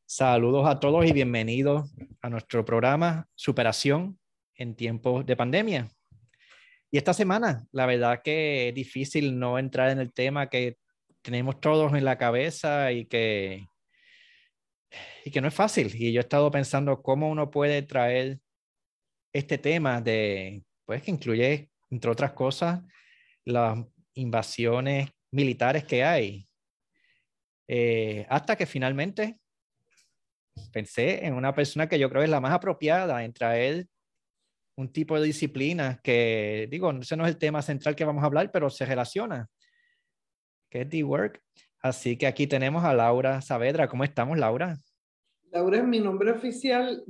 Saludos a todos y bienvenidos a nuestro programa Superación en tiempos de pandemia. Y esta semana, la verdad que es difícil no entrar en el tema que tenemos todos en la cabeza y que no es fácil. Y yo he estado pensando cómo uno puede traer este tema pues que incluye, entre otras cosas, las invasiones militares que hay. Hasta que finalmente pensé en una persona que yo creo es la más apropiada en traer un tipo de disciplina que, digo, ese no es el tema central que vamos a hablar, pero se relaciona, que es D-Work. Así que aquí tenemos a Laura Saavedra. ¿Cómo estamos, Laura? Laura es mi nombre oficial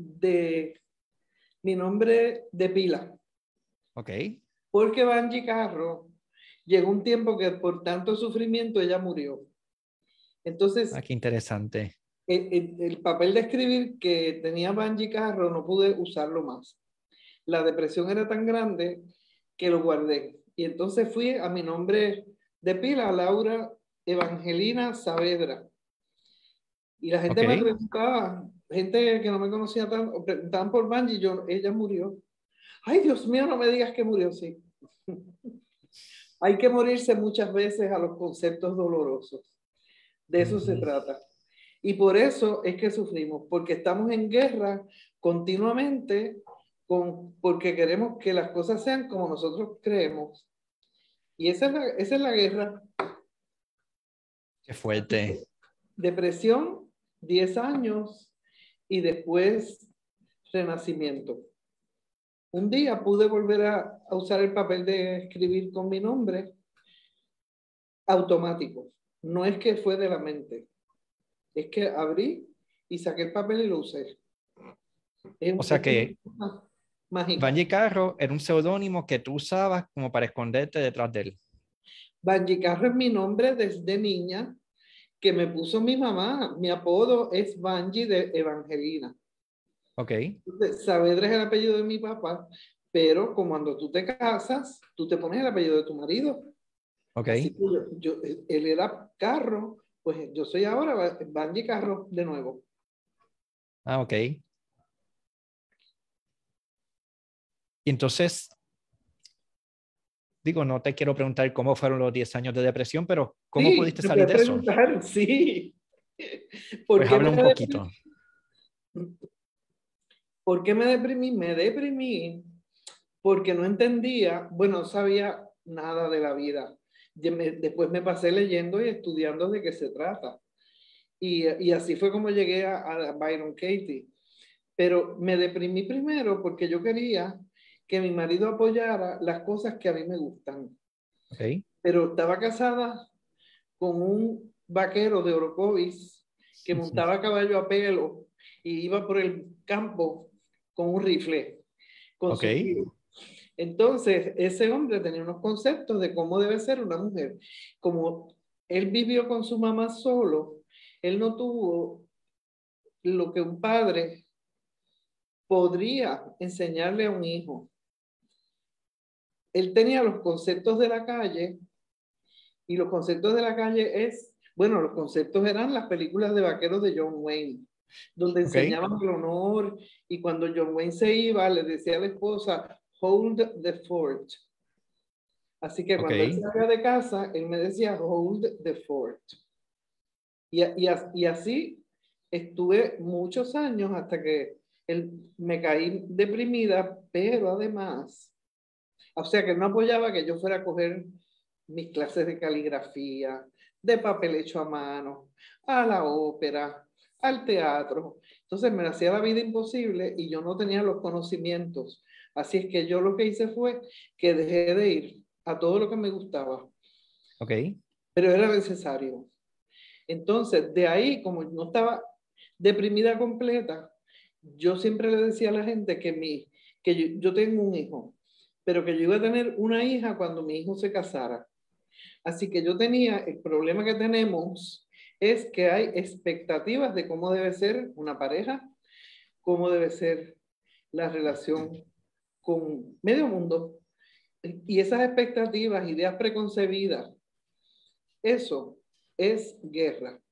mi nombre de pila. Ok. Porque Banji Carro llegó un tiempo que por tanto sufrimiento ella murió. Entonces, Qué interesante. el papel de escribir que tenía Banji Carro no pude usarlo más. La depresión era tan grande que lo guardé. Y entonces fui a mi nombre de pila, Laura Evangelina Saavedra. Y la gente me Ok. preguntaba, gente que no me conocía tanto, preguntaban por Banji, ella murió. Ay, Dios mío, no me digas que murió, sí. Hay que morirse muchas veces a los conceptos dolorosos. De eso se trata. Y por eso es que sufrimos, porque estamos en guerra continuamente porque queremos que las cosas sean como nosotros creemos. Y esa es la guerra. Qué fuerte. Depresión, 10 años y después renacimiento. Un día pude volver a usar el papel de escribir con mi nombre automático. No es que fue de la mente, es que abrí y saqué el papel y lo usé. O sea que Una mágica. Vanji Carro era un seudónimo que tú usabas como para esconderte detrás de él. Banji Carro es mi nombre desde niña, que me puso mi mamá. Mi apodo es Banji de Evangelina. Ok. Entonces, Saavedra es el apellido de mi papá, pero como cuando tú te casas, tú te pones el apellido de tu marido. Ok. Así que él era Carro, pues yo soy ahora Banji Carro de nuevo. Ok. Y entonces, digo, no te quiero preguntar cómo fueron los 10 años de depresión, pero ¿cómo Sí, pudiste me salir puedes de eso? preguntar, sí. ¿Por Pues qué habla me un deprimí? poquito. ¿Por qué me deprimí? Me deprimí porque no entendía, bueno, no sabía nada de la vida. Después me pasé leyendo y estudiando de qué se trata. Y así fue como llegué a Byron Katie. Pero me deprimí primero porque yo quería que mi marido apoyara las cosas que a mí me gustan. Ok. Pero estaba casada con un vaquero de Orocovis que montaba caballo a pelo y iba por el campo con un rifle, con Ok. sus hijos. Entonces, ese hombre tenía unos conceptos de cómo debe ser una mujer. Como él vivió con su mamá solo, él no tuvo lo que un padre podría enseñarle a un hijo. Él tenía los conceptos de la calle y los conceptos de la calle bueno, los conceptos eran las películas de vaqueros de John Wayne, donde Ok. enseñaban el honor y cuando John Wayne se iba, le decía a la esposa, hold the fort. Así que Ok. cuando él salía de casa, él me decía, hold the fort. Y así estuve muchos años hasta que me caí deprimida, pero además, o sea que no apoyaba que yo fuera a coger mis clases de caligrafía, de papel hecho a mano, a la ópera, al teatro. Entonces me hacía la vida imposible y yo no tenía los conocimientos. Así es que yo lo que hice fue que dejé de ir a todo lo que me gustaba, Ok. pero era necesario. Entonces, de ahí, como no estaba deprimida completa, yo siempre le decía a la gente que yo tengo un hijo, pero que yo iba a tener una hija cuando mi hijo se casara. Así que yo tenía, el problema que tenemos es que hay expectativas de cómo debe ser una pareja, cómo debe ser la relación con medio mundo. Y esas expectativas, ideas preconcebidas, eso es guerra.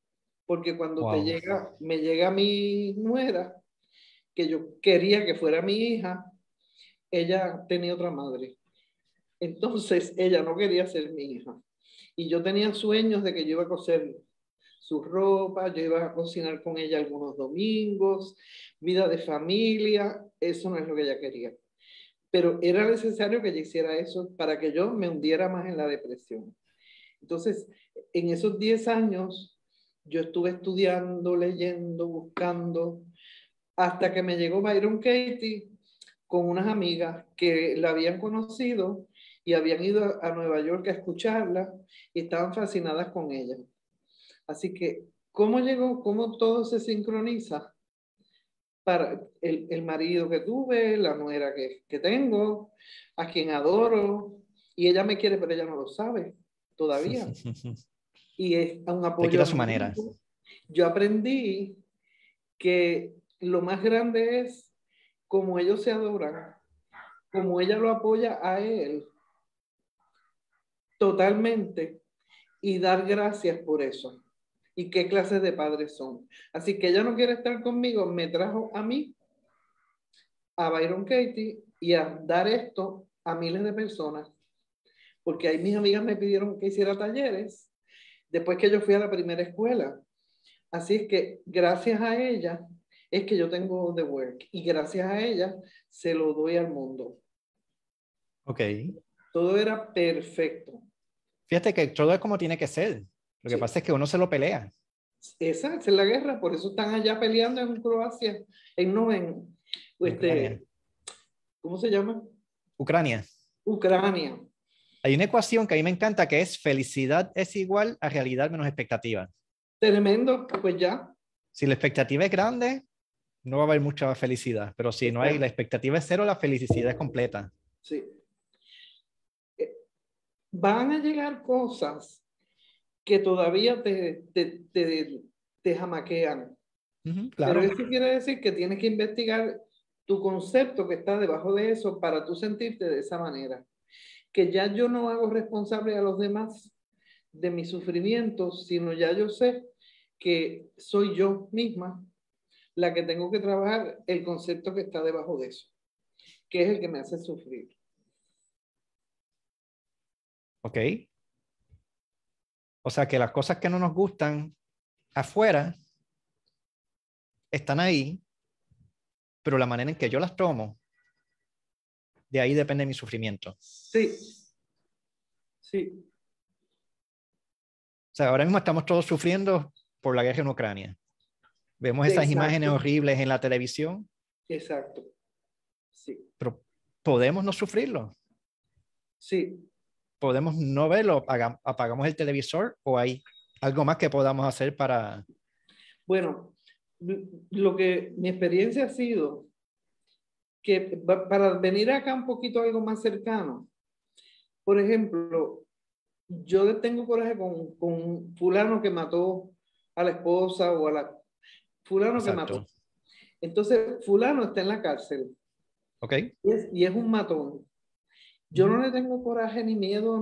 porque cuando Wow. me llega mi nuera, que yo quería que fuera mi hija, ella tenía otra madre. Entonces ella no quería ser mi hija. Y yo tenía sueños de que yo iba a coser su ropa, yo iba a cocinar con ella algunos domingos, vida de familia, eso no es lo que ella quería. Pero era necesario que ella hiciera eso para que yo me hundiera más en la depresión. Entonces, en esos 10 años, yo estuve estudiando, leyendo, buscando, hasta que me llegó Byron Katie con unas amigas que la habían conocido y habían ido a Nueva York a escucharla y estaban fascinadas con ella. Así que, ¿cómo llegó? ¿Cómo todo se sincroniza? Para el marido que tuve, la nuera que tengo, a quien adoro, y ella me quiere, pero ella no lo sabe todavía. Y es un Te apoyo quita su manera. mutuo. Yo aprendí que lo más grande es como ellos se adoran, como ella lo apoya a él totalmente y dar gracias por eso. Y qué clases de padres son. Así que ella no quiere estar conmigo, me trajo a mí, a Byron Katie, y a dar esto a miles de personas. Porque ahí mis amigas me pidieron que hiciera talleres después que yo fui a la primera escuela. Así es que gracias a ella es que yo tengo The Work y gracias a ella se lo doy al mundo. Ok. Todo era perfecto. Fíjate que todo es como tiene que ser. Lo que Sí. pasa es que uno se lo pelea. Esa es la guerra, por eso están allá peleando en Croacia, no, En Ucrania. este, ¿cómo se llama? Ucrania. Ucrania. Hay una ecuación que a mí me encanta que es felicidad es igual a realidad menos expectativa. Tremendo, pues ya. Si la expectativa es grande, no va a haber mucha felicidad, pero si no hay, la Exacto. expectativa es cero, la felicidad es completa. Sí. Eh, Van a llegar cosas que todavía te jamaquean. Pero Claro. eso quiere decir que tienes que investigar tu concepto que está debajo de eso para tú sentirte de esa manera. Que ya yo no hago responsable a los demás de mis sufrimientos, sino ya yo sé que soy yo misma la que tengo que trabajar el concepto que está debajo de eso, que es el que me hace sufrir. Ok. O sea que las cosas que no nos gustan afuera están ahí, pero la manera en que yo las tomo, de ahí depende mi sufrimiento. O Sí, sí, sea, ahora mismo estamos todos sufriendo por la guerra en Ucrania. Vemos esas imágenes exacto, horribles en la televisión, exacto, sí, pero podemos no sufrirlo. sí. Podemos no verlo, apagamos el televisor o hay algo más que podamos hacer para... Bueno, lo que mi experiencia ha sido que para venir acá un poquito algo más cercano, por ejemplo, yo tengo coraje con fulano que mató a la esposa o a la fulano que mató. Exacto. Entonces, fulano está en la cárcel ¿Ok? y es un matón. Yo no le tengo coraje ni miedo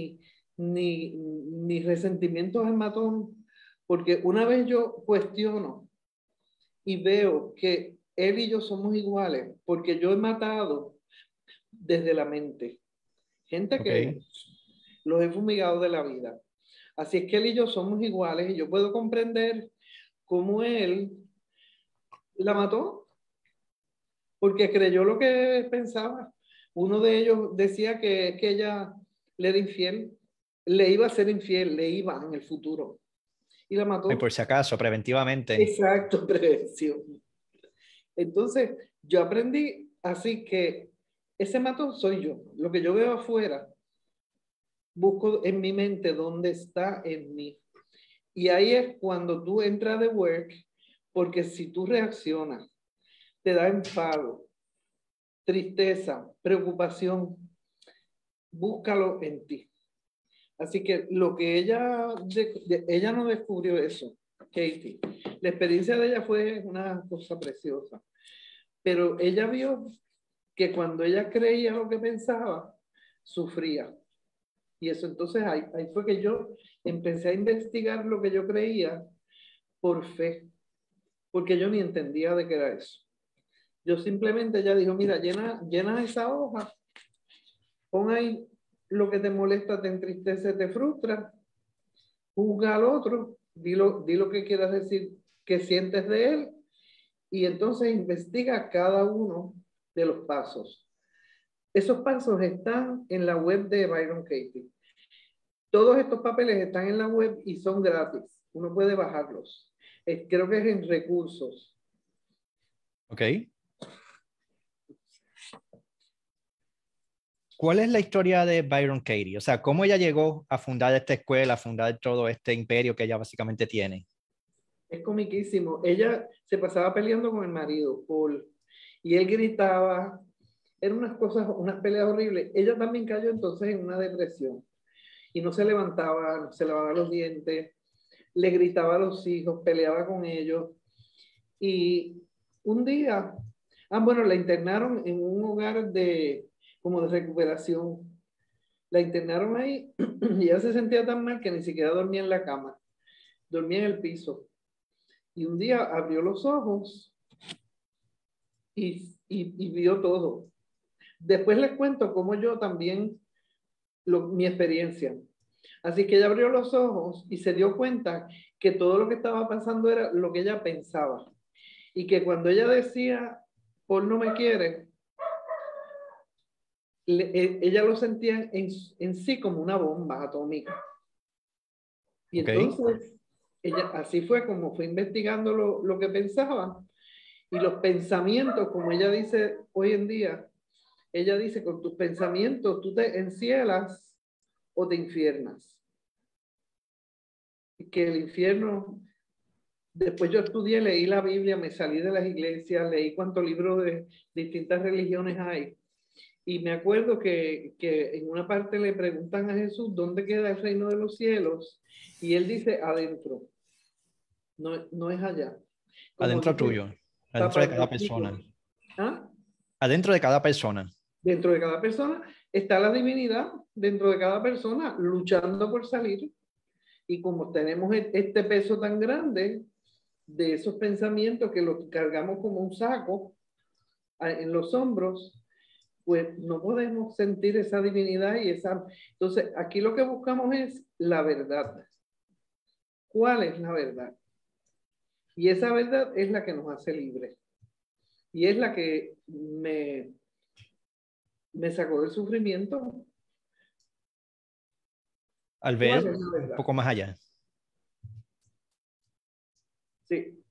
ni resentimientos al matón, porque una vez yo cuestiono y veo que él y yo somos iguales, porque yo he matado desde la mente. Gente que Ok. los he fumigado de la vida. Así es que él y yo somos iguales y yo puedo comprender cómo él la mató, porque creyó lo que pensaba. Uno de ellos decía que ella le era infiel, le iba a ser infiel, le iba en el futuro. Y la Y por mató. si acaso, preventivamente. Exacto, prevención. Entonces, yo aprendí así que ese mató soy yo. Lo que yo veo afuera, busco en mi mente dónde está en mí. Y ahí es cuando tú entras de work, porque si tú reaccionas, te da enfado, tristeza, preocupación, búscalo en ti. Así que lo que ella no descubrió eso, Katie. La experiencia de ella fue una cosa preciosa, pero ella vio que cuando ella creía lo que pensaba, sufría. Y eso entonces ahí fue que yo empecé a investigar lo que yo creía por fe, porque yo ni entendía de qué era eso. Yo simplemente ella dijo, mira, llena esa hoja, pon ahí lo que te molesta, te entristece, te frustra, juzga al otro, di lo que quieras decir, que sientes de él, y entonces investiga cada uno de los pasos. Esos pasos están en la web de Byron Katie. Todos estos papeles están en la web y son gratis. Uno puede bajarlos. Creo que es en recursos. Ok. ¿Cuál es la historia de Byron Katie? O sea, ¿cómo ella llegó a fundar esta escuela, a fundar todo este imperio que ella básicamente tiene? Es comiquísimo. Ella se pasaba peleando con el marido, Paul, y él gritaba. Eran unas cosas, unas peleas horribles. Ella también cayó entonces en una depresión y no se levantaba, no se lavaba los dientes, le gritaba a los hijos, peleaba con ellos. Y un día, bueno, la internaron en un hogar como de recuperación. La internaron ahí y ella se sentía tan mal que ni siquiera dormía en la cama, dormía en el piso. Y un día abrió los ojos y vio todo. Después les cuento cómo yo también, mi experiencia. Así que ella abrió los ojos y se dio cuenta que todo lo que estaba pasando era lo que ella pensaba. Y que cuando ella decía, Paul no me quiere, ella lo sentía en sí como una bomba atómica. Y Ok. entonces, ella así fue como fue investigando lo que pensaba. Y los pensamientos, como ella dice hoy en día, ella dice, con tus pensamientos tú te encielas o te infiernas. Y que el infierno, después yo estudié, leí la Biblia, me salí de las iglesias, leí cuántos libros de distintas religiones hay. Y me acuerdo que en una parte le preguntan a Jesús, ¿dónde queda el reino de los cielos? Y él dice, adentro, no es allá. Como Adentro dice tuyo, adentro Papa de cada Francisco, persona. ¿ah? Adentro de cada persona. Dentro de cada persona está la divinidad, dentro de cada persona, luchando por salir. Y como tenemos este peso tan grande de esos pensamientos que los cargamos como un saco en los hombros, pues no podemos sentir esa divinidad y esa... Entonces, aquí lo que buscamos es la verdad. ¿Cuál es la verdad? Y esa verdad es la que nos hace libres. Y es la que me sacó del sufrimiento. Al ¿Cuál ver es la un verdad? poco más allá. Sí,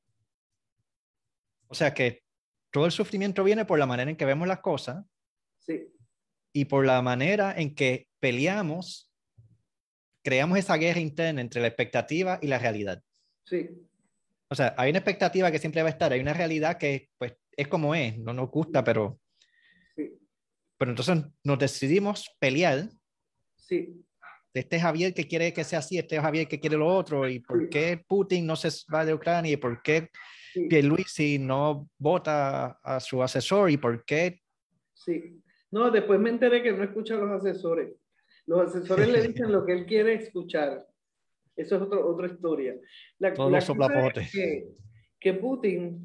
O sea que todo el sufrimiento viene por la manera en que vemos las cosas sí, y por la manera en que peleamos, creamos esa guerra interna entre la expectativa y la realidad. sí, O sea, hay una expectativa que siempre va a estar, hay una realidad que pues es como es, no nos gusta, sí, pero entonces nos decidimos pelear. sí, Este Javier que quiere que sea así, este Javier que quiere lo otro, y por sí, qué Putin no se va de Ucrania, y por qué sí, Pierluisi no vota a su asesor, y por qué... sí. No, después me enteré que no escucha a los asesores. Los asesores le dicen lo que él quiere escuchar. Eso es otra historia. Todos los La cosa es soplapotes. que Putin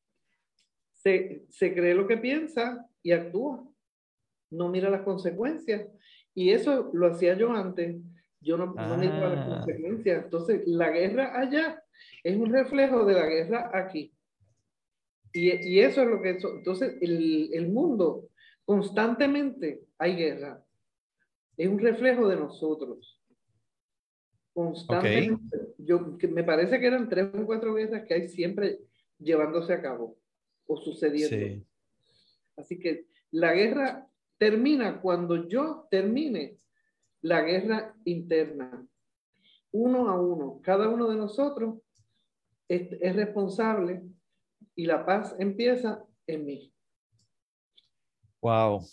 se cree lo que piensa y actúa. No mira las consecuencias. Y eso lo hacía yo antes. Yo no miraba las Ah, consecuencias. Entonces, la guerra allá es un reflejo de la guerra aquí. Y eso es lo que... Entonces, el mundo constantemente hay guerra. Es un reflejo de nosotros. ok. Constantemente. Me parece que eran 3 o 4 guerras que hay siempre llevándose a cabo o sucediendo. Sí. Así que la guerra termina cuando yo termine la guerra interna. Uno a uno. Cada uno de nosotros es responsable y la paz empieza en mí. Wow.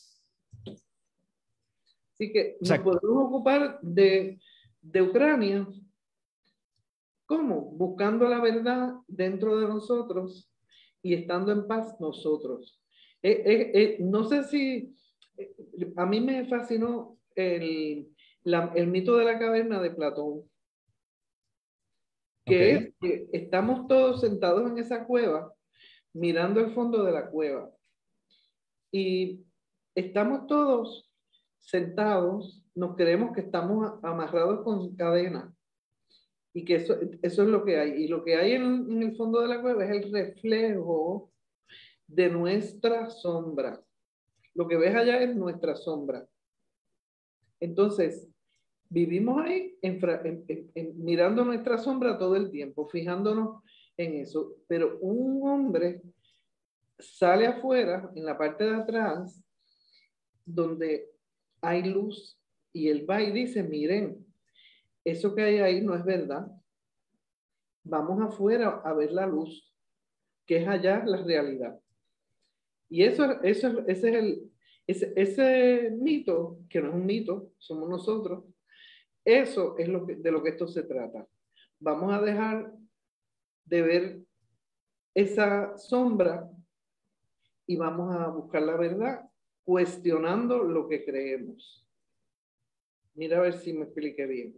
Así que O nos sea, podemos ocupar de Ucrania. ¿Cómo? Buscando la verdad dentro de nosotros y estando en paz nosotros. No sé si a mí me fascinó el mito de la caverna de Platón. Ok. que es que estamos todos sentados en esa cueva, mirando el fondo de la cueva. Y estamos todos sentados, nos creemos que estamos amarrados con cadenas y que eso es lo que hay. Y lo que hay en el fondo de la cueva es el reflejo de nuestra sombra. Lo que ves allá es nuestra sombra. Entonces, vivimos ahí mirando nuestra sombra todo el tiempo, fijándonos en eso. Pero un hombre sale afuera, en la parte de atrás, donde hay luz, y él va y dice, miren, eso que hay ahí no es verdad. Vamos afuera a ver la luz, que es allá la realidad. Y ese mito, que no es un mito, somos nosotros, eso es de lo que esto se trata. Vamos a dejar de ver esa sombra y vamos a buscar la verdad cuestionando lo que creemos. Mira a ver si me expliqué bien.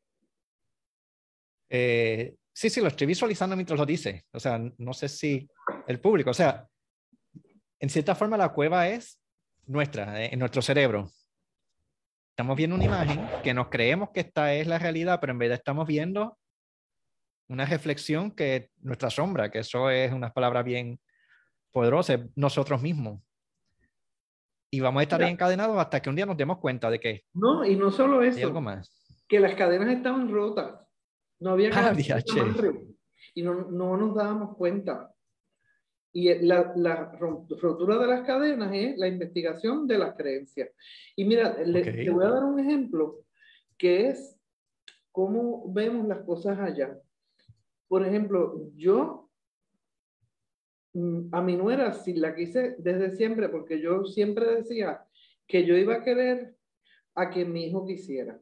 Sí, sí, lo estoy visualizando mientras lo dice. O sea, no sé si el público, o sea, en cierta forma la cueva es nuestra, en nuestro cerebro. Estamos viendo una imagen que nos creemos que esta es la realidad, pero en verdad estamos viendo una reflexión que es nuestra sombra, que eso es unas palabras bien poderosas, nosotros mismos. Y vamos a estar ahí Mira, encadenados hasta que un día nos demos cuenta de que no, y no solo hay algo eso, más. que las cadenas estaban rotas, no había Ah, cadenas de DH. amarre y no nos dábamos cuenta. Y la rotura de las cadenas es la investigación de las creencias. Y mira, te Ok. voy a dar un ejemplo que es cómo vemos las cosas allá. Por ejemplo, yo a mi nuera sí la quise desde siempre porque yo siempre decía que yo iba a querer a quien mi hijo quisiera.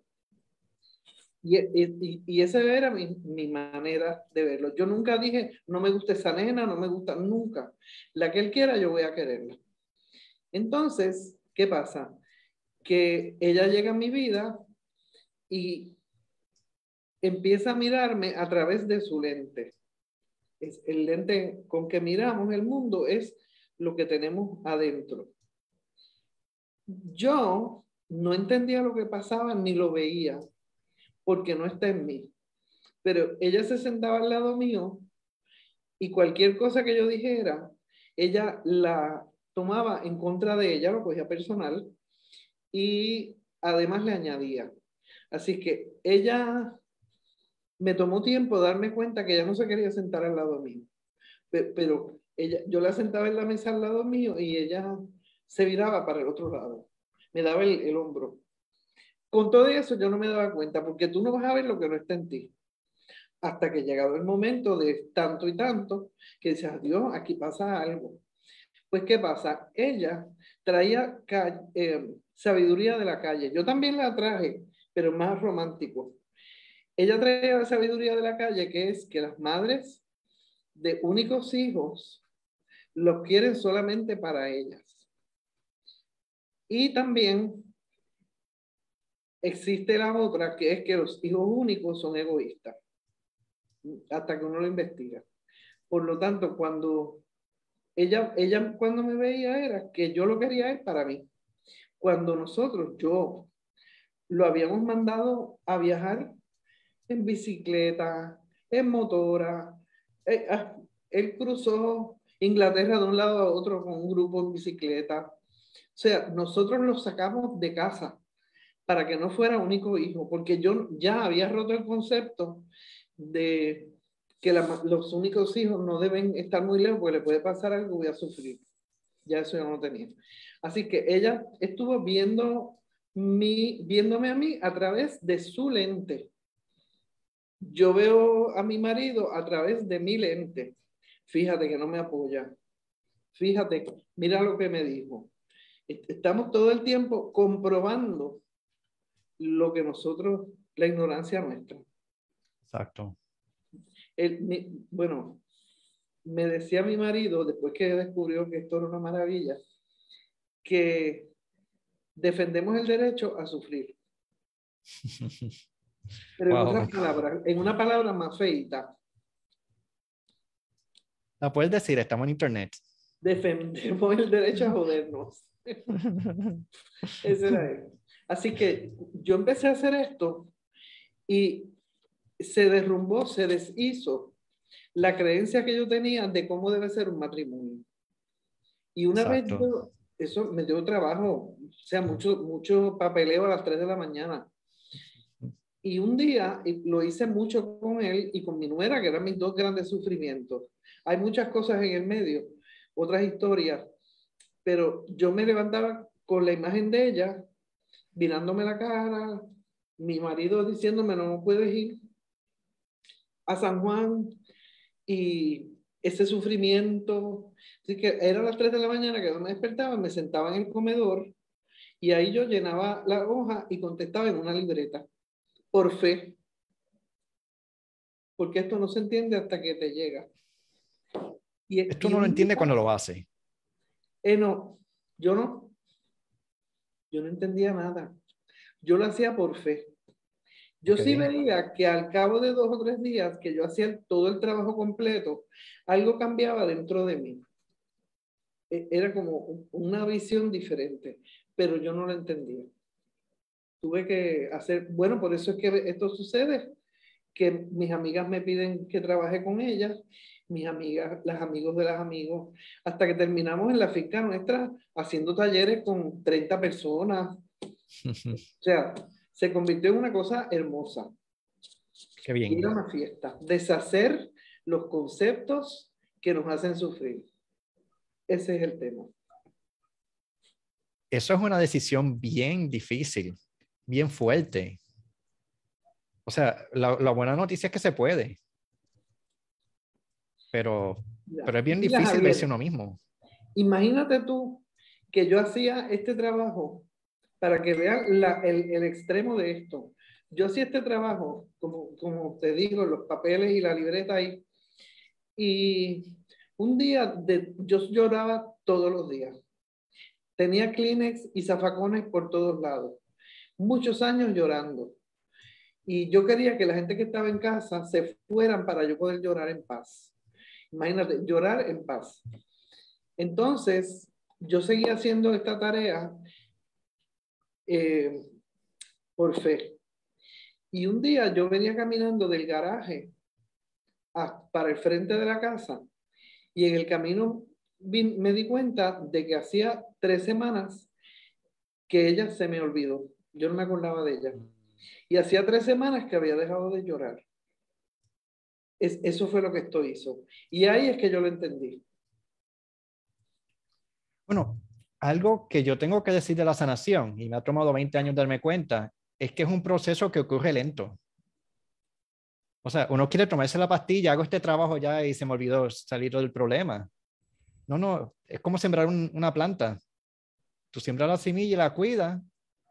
Y esa era mi manera de verlo. Yo nunca dije, no me gusta esa nena, no me gusta, nunca. La que él quiera, yo voy a quererla. Entonces, ¿qué pasa? Que ella llega a mi vida y empieza a mirarme a través de su lente. Es el lente con que miramos el mundo es lo que tenemos adentro. Yo no entendía lo que pasaba ni lo veía porque no está en mí. Pero ella se sentaba al lado mío y cualquier cosa que yo dijera, ella la tomaba en contra de ella, lo cogía personal y además le añadía. Así que ella me tomó tiempo darme cuenta que ella no se quería sentar al lado mío, pero yo la sentaba en la mesa al lado mío y ella se viraba para el otro lado, me daba el hombro. Con todo eso yo no me daba cuenta porque tú no vas a ver lo que no está en ti. Hasta que llegado el momento de tanto y tanto, que dices, adiós, aquí pasa algo. Pues, ¿qué pasa? Ella traía sabiduría de la calle. Yo también la traje, pero más romántico. Ella traía la sabiduría de la calle, que es que las madres de únicos hijos los quieren solamente para ellas. Y también existe la otra, que es que los hijos únicos son egoístas, hasta que uno lo investiga. Por lo tanto, cuando ella cuando me veía era que yo lo quería es para mí. Cuando yo lo habíamos mandado a viajar en bicicleta, en motora, él cruzó Inglaterra de un lado a otro con un grupo en bicicleta. O sea, nosotros lo sacamos de casa para que no fuera único hijo, porque yo ya había roto el concepto de que los únicos hijos no deben estar muy lejos porque le puede pasar algo y voy a sufrir. Ya eso yo no tenía. Así que ella estuvo viéndome a mí a través de su lente. Yo veo a mi marido a través de mi lente. Fíjate que no me apoya. Fíjate, mira lo que me dijo. Estamos todo el tiempo comprobando lo que nosotros, la ignorancia nuestra. Exacto. Bueno, me decía mi marido, después que descubrió que esto era una maravilla, que defendemos el derecho a sufrir. Pero en Wow. otras palabras, en una palabra más feita, La puedes decir, estamos en internet. defendemos el derecho a jodernos. Ese era él. Así que yo empecé a hacer esto y se derrumbó, se deshizo la creencia que yo tenía de cómo debe ser un matrimonio. Y una vez Exacto. yo, eso me dio trabajo, o sea, mucho papeleo a las 3 de la mañana. Y un día lo hice mucho con él y con mi nuera, que eran mis dos grandes sufrimientos. Hay muchas cosas en el medio, otras historias, pero yo me levantaba con la imagen de ella, mirándome la cara, mi marido diciéndome no puedes ir a San Juan y ese sufrimiento. Así que eran las 3 de la mañana que yo me despertaba, me sentaba en el comedor y ahí yo llenaba la hoja y contestaba en una libreta, por fe, porque esto no se entiende hasta que te llega. Esto Y uno lo un entiende día, cuando lo hace. no, yo no, yo no entendía nada. Yo lo hacía por fe. Yo Ok. sí veía que al cabo de 2 o 3 días que yo hacía todo el trabajo completo, algo cambiaba dentro de mí. Era como una visión diferente, pero yo no lo entendía. Tuve que hacer, bueno, por eso es que esto sucede, que mis amigas me piden que trabaje con ellas, mis amigas, las amigos de las amigos, hasta que terminamos en la finca nuestra haciendo talleres con 30 personas. O sea, se convirtió en una cosa hermosa. Qué Y bien. era una fiesta. Deshacer los conceptos que nos hacen sufrir. Ese es el tema. Eso es una decisión bien difícil, bien fuerte. O sea, la buena noticia es que se puede, pero, Ya. pero es bien Mira, difícil verse Javier, uno mismo. imagínate tú que yo hacía este trabajo para que vean el extremo de esto. Yo hacía este trabajo, como te digo, los papeles y la libreta ahí. Y un día yo lloraba todos los días. Tenía Kleenex y zafacones por todos lados. Muchos años llorando. Y yo quería que la gente que estaba en casa se fueran para yo poder llorar en paz. Imagínate, llorar en paz. Entonces, yo seguía haciendo esta tarea eh, por fe. Y un día yo venía caminando del garaje para el frente de la casa y en el camino me di cuenta de que hacía 3 semanas que ella se me olvidó. Yo no me acordaba de ella. Y hacía 3 semanas que había dejado de llorar. Eso fue lo que esto hizo. Y ahí es que yo lo entendí. Bueno, algo que yo tengo que decir de la sanación, y me ha tomado 20 años darme cuenta, es que es un proceso que ocurre lento. O sea, uno quiere tomarse la pastilla, hago este trabajo ya y se me olvidó salir del problema. No, no, es como sembrar una planta. Tú siembras la semilla y la cuidas,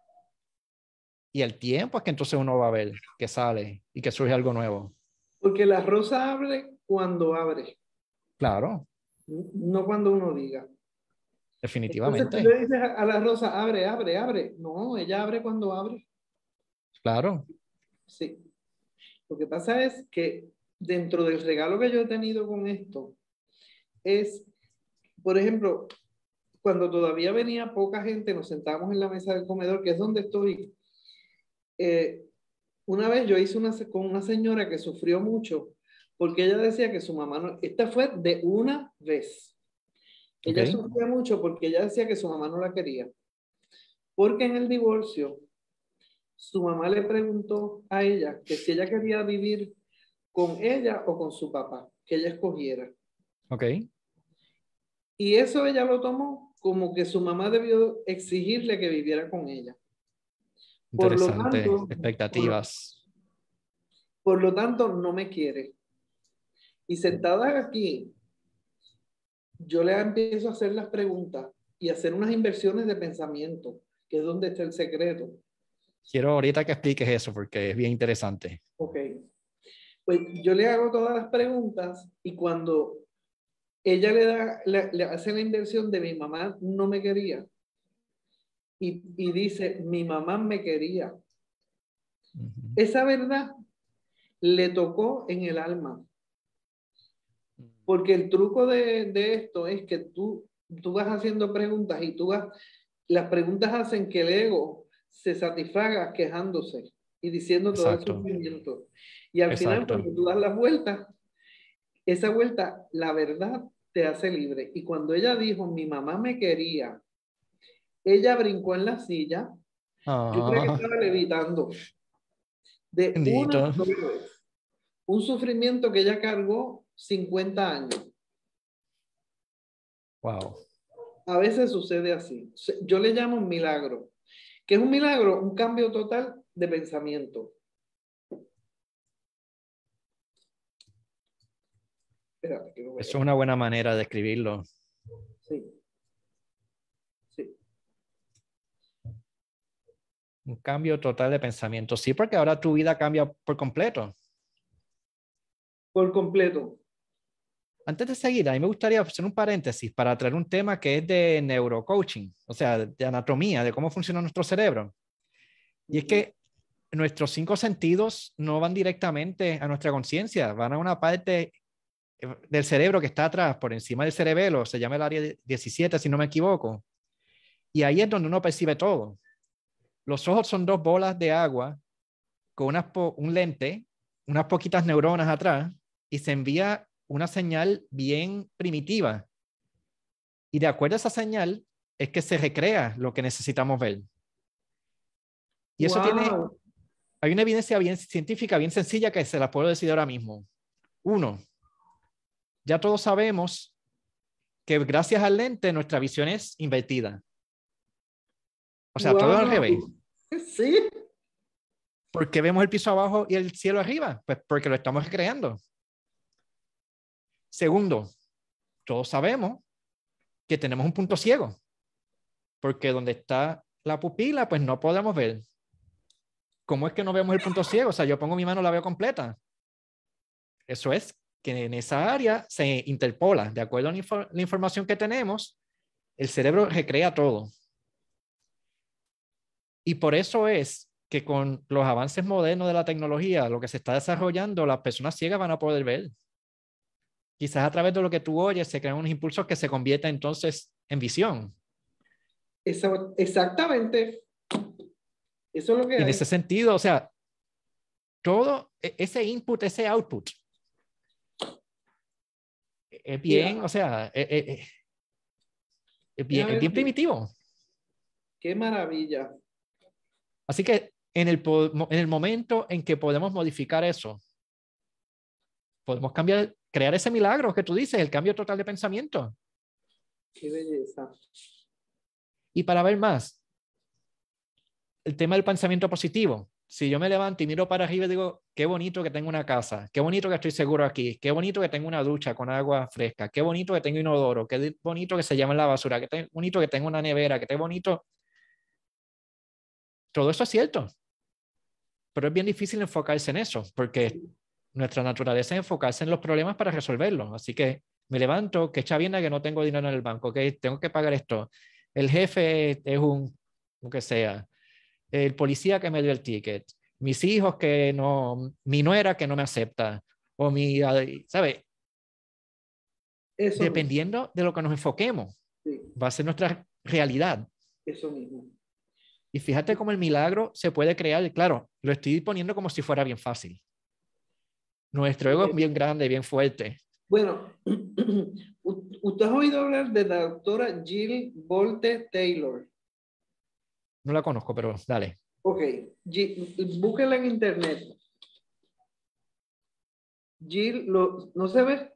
y el tiempo es que entonces uno va a ver que sale y que surge algo nuevo. Porque la rosa abre cuando abre, Claro, no cuando uno diga. Entonces tú definitivamente. le dices a la rosa, abre, abre, abre. No, ella abre cuando abre. Claro. Sí. Lo que pasa es que dentro del regalo que yo he tenido con esto es, por ejemplo, cuando todavía venía poca gente, nos sentábamos en la mesa del comedor, que es donde estoy. Eh, una vez yo hice con una señora que sufrió mucho porque ella decía que su mamá no, esta fue de una vez. Ok. Ella sufría mucho porque ella decía que su mamá no la quería. Porque en el divorcio, su mamá le preguntó a ella que si ella quería vivir con ella o con su papá, que ella escogiera. Ok. Y eso ella lo tomó como que su mamá debió exigirle que viviera con ella. Por lo Interesante. tanto, por lo, Expectativas. por lo tanto, no me quiere. Y sentada aquí, yo le empiezo a hacer las preguntas y hacer unas inversiones de pensamiento, que es donde está el secreto. Quiero ahorita que expliques eso porque es bien interesante. Ok. Pues yo le hago todas las preguntas y cuando ella le hace la inversión de mi mamá no me quería y dice, mi mamá me quería. Ujú. Esa verdad le tocó en el alma. Porque el truco de esto es que tú vas haciendo preguntas y las preguntas hacen que el ego se satisfaga quejándose y diciendo todo el Exacto, sufrimiento. Y al final, exacto. cuando tú das la vuelta, esa vuelta, la verdad te hace libre. Y cuando ella dijo, mi mamá me quería, ella brincó en la silla. Yo creo que Ah, estaba levitando de una bendito. sola vez. Un sufrimiento que ella cargó 50 años. Wow. A veces sucede así. Yo le llamo un milagro. ¿Qué es un milagro? Un cambio total de pensamiento. Espérate, que lo veo. Eso es una buena manera de describirlo. Sí, sí. Un cambio total de pensamiento. Sí, porque ahora tu vida cambia por completo. Por completo. Antes de seguir, a mí me gustaría hacer un paréntesis para traer un tema que es de neurocoaching, o sea, de anatomía, de cómo funciona nuestro cerebro. Y es que nuestros 5 sentidos no van directamente a nuestra conciencia, van a una parte del cerebro que está atrás, por encima del cerebelo, se llama el área 17, si no me equivoco. Y ahí es donde uno percibe todo. Los ojos son 2 bolas de agua con un lente, unas poquitas neuronas atrás, y se envía una señal bien primitiva. Y de acuerdo a esa señal es que se recrea lo que necesitamos ver. Y eso Wow. hay una evidencia bien científica, bien sencilla que se la puedo decir ahora mismo. Uno, ya todos sabemos que gracias al lente nuestra visión es invertida. O sea, todo al revés. Wow. Sí. ¿Por qué vemos el piso abajo y el cielo arriba? Pues porque lo estamos recreando. Segundo, todos sabemos que tenemos un punto ciego, porque donde está la pupila, pues no podemos ver. ¿Cómo es que no vemos el punto ciego? O sea, yo pongo mi mano, la veo completa. Eso es que en esa área se interpola. De acuerdo a la información que tenemos, el cerebro recrea todo. Y por eso es que con los avances modernos de la tecnología, lo que se está desarrollando, las personas ciegas van a poder ver. Quizás a través de lo que tú oyes se crean unos impulsos que se convierten entonces en visión. Exactamente. Eso es lo que Y en hay. ese sentido, o sea, todo ese input, ese output, es bien, Mira, o sea, déjame es bien decir, primitivo. qué maravilla. Así que en el momento en que podemos modificar eso, podemos cambiar, crear ese milagro que tú dices, el cambio total de pensamiento. Qué belleza. Y para ver más, el tema del pensamiento positivo. Si yo me levanto y miro para arriba y digo, qué bonito que tengo una casa, qué bonito que estoy seguro aquí, qué bonito que tengo una ducha con agua fresca, qué bonito que tengo inodoro, qué bonito que se llama la basura, qué bonito que tengo una nevera, qué bonito. Todo eso es cierto, pero es bien difícil enfocarse en eso, porque nuestra naturaleza es enfocarse en los problemas para resolverlos. Así que me levanto, que echa bien que no tengo dinero en el banco, que tengo que pagar esto. El jefe es lo que sea. El policía que me dio el ticket. Mis hijos que no, mi nuera que no me acepta. O ¿sabe? Eso mismo. Dependiendo de lo que nos enfoquemos, Sí, va a ser nuestra realidad. eso mismo. Y fíjate cómo el milagro se puede crear. Claro, lo estoy poniendo como si fuera bien fácil. Nuestro ego es bien grande, bien fuerte. Bueno, ¿usted ha oído hablar de la doctora Jill Bolte Taylor? No la conozco, pero dale. Ok, búsquela en internet. Jill, ¿no se ve?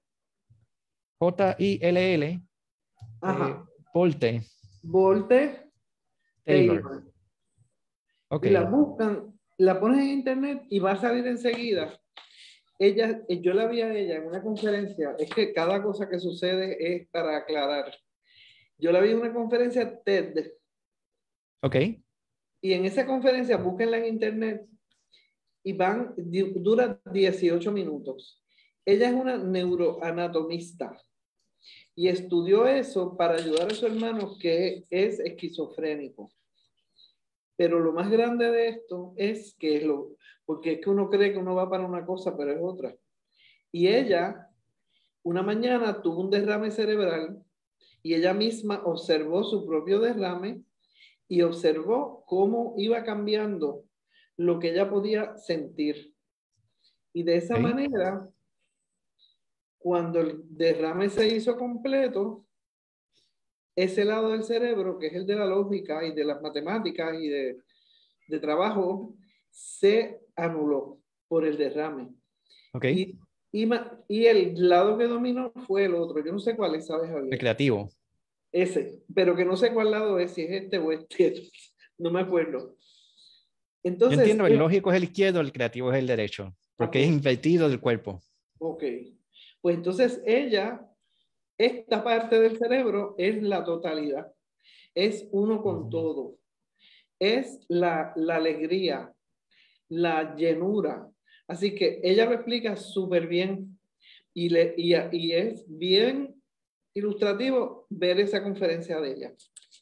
Jill, Ajá, Polte, Bolte Taylor. Taylor. Ok, Y la buscan, la pones en internet y va a salir enseguida. Ella, yo la vi a ella en una conferencia, es que cada cosa que sucede es para aclarar. Yo la vi en una conferencia TED ok. y en esa conferencia, búsquenla en internet y dura 18 minutos. Ella es una neuroanatomista y estudió eso para ayudar a su hermano que es esquizofrénico. Pero lo más grande de esto es que porque es que uno cree que uno va para una cosa, pero es otra. Y ella, una mañana tuvo un derrame cerebral y ella misma observó su propio derrame y observó cómo iba cambiando lo que ella podía sentir. Y de esa Ok. manera, cuando el derrame se hizo completo, ese lado del cerebro, que es el de la lógica y de las matemáticas y de trabajo, se anuló por el derrame. Ok. Y el lado que dominó fue el otro. Yo no sé cuál es, ¿sabes, Javier? Recreativo. Ese, pero que no sé cuál lado es, si es este o este. No me acuerdo. Yo Entonces, entiendo, el lógico es el izquierdo, el creativo es el derecho, ok, porque es invertido del cuerpo. ok. Pues entonces ella, esta parte del cerebro es la totalidad. Es uno con Ujú. todo. Es la alegría, la llenura. Así que ella lo explica súper bien y es bien ilustrativo ver esa conferencia de ella.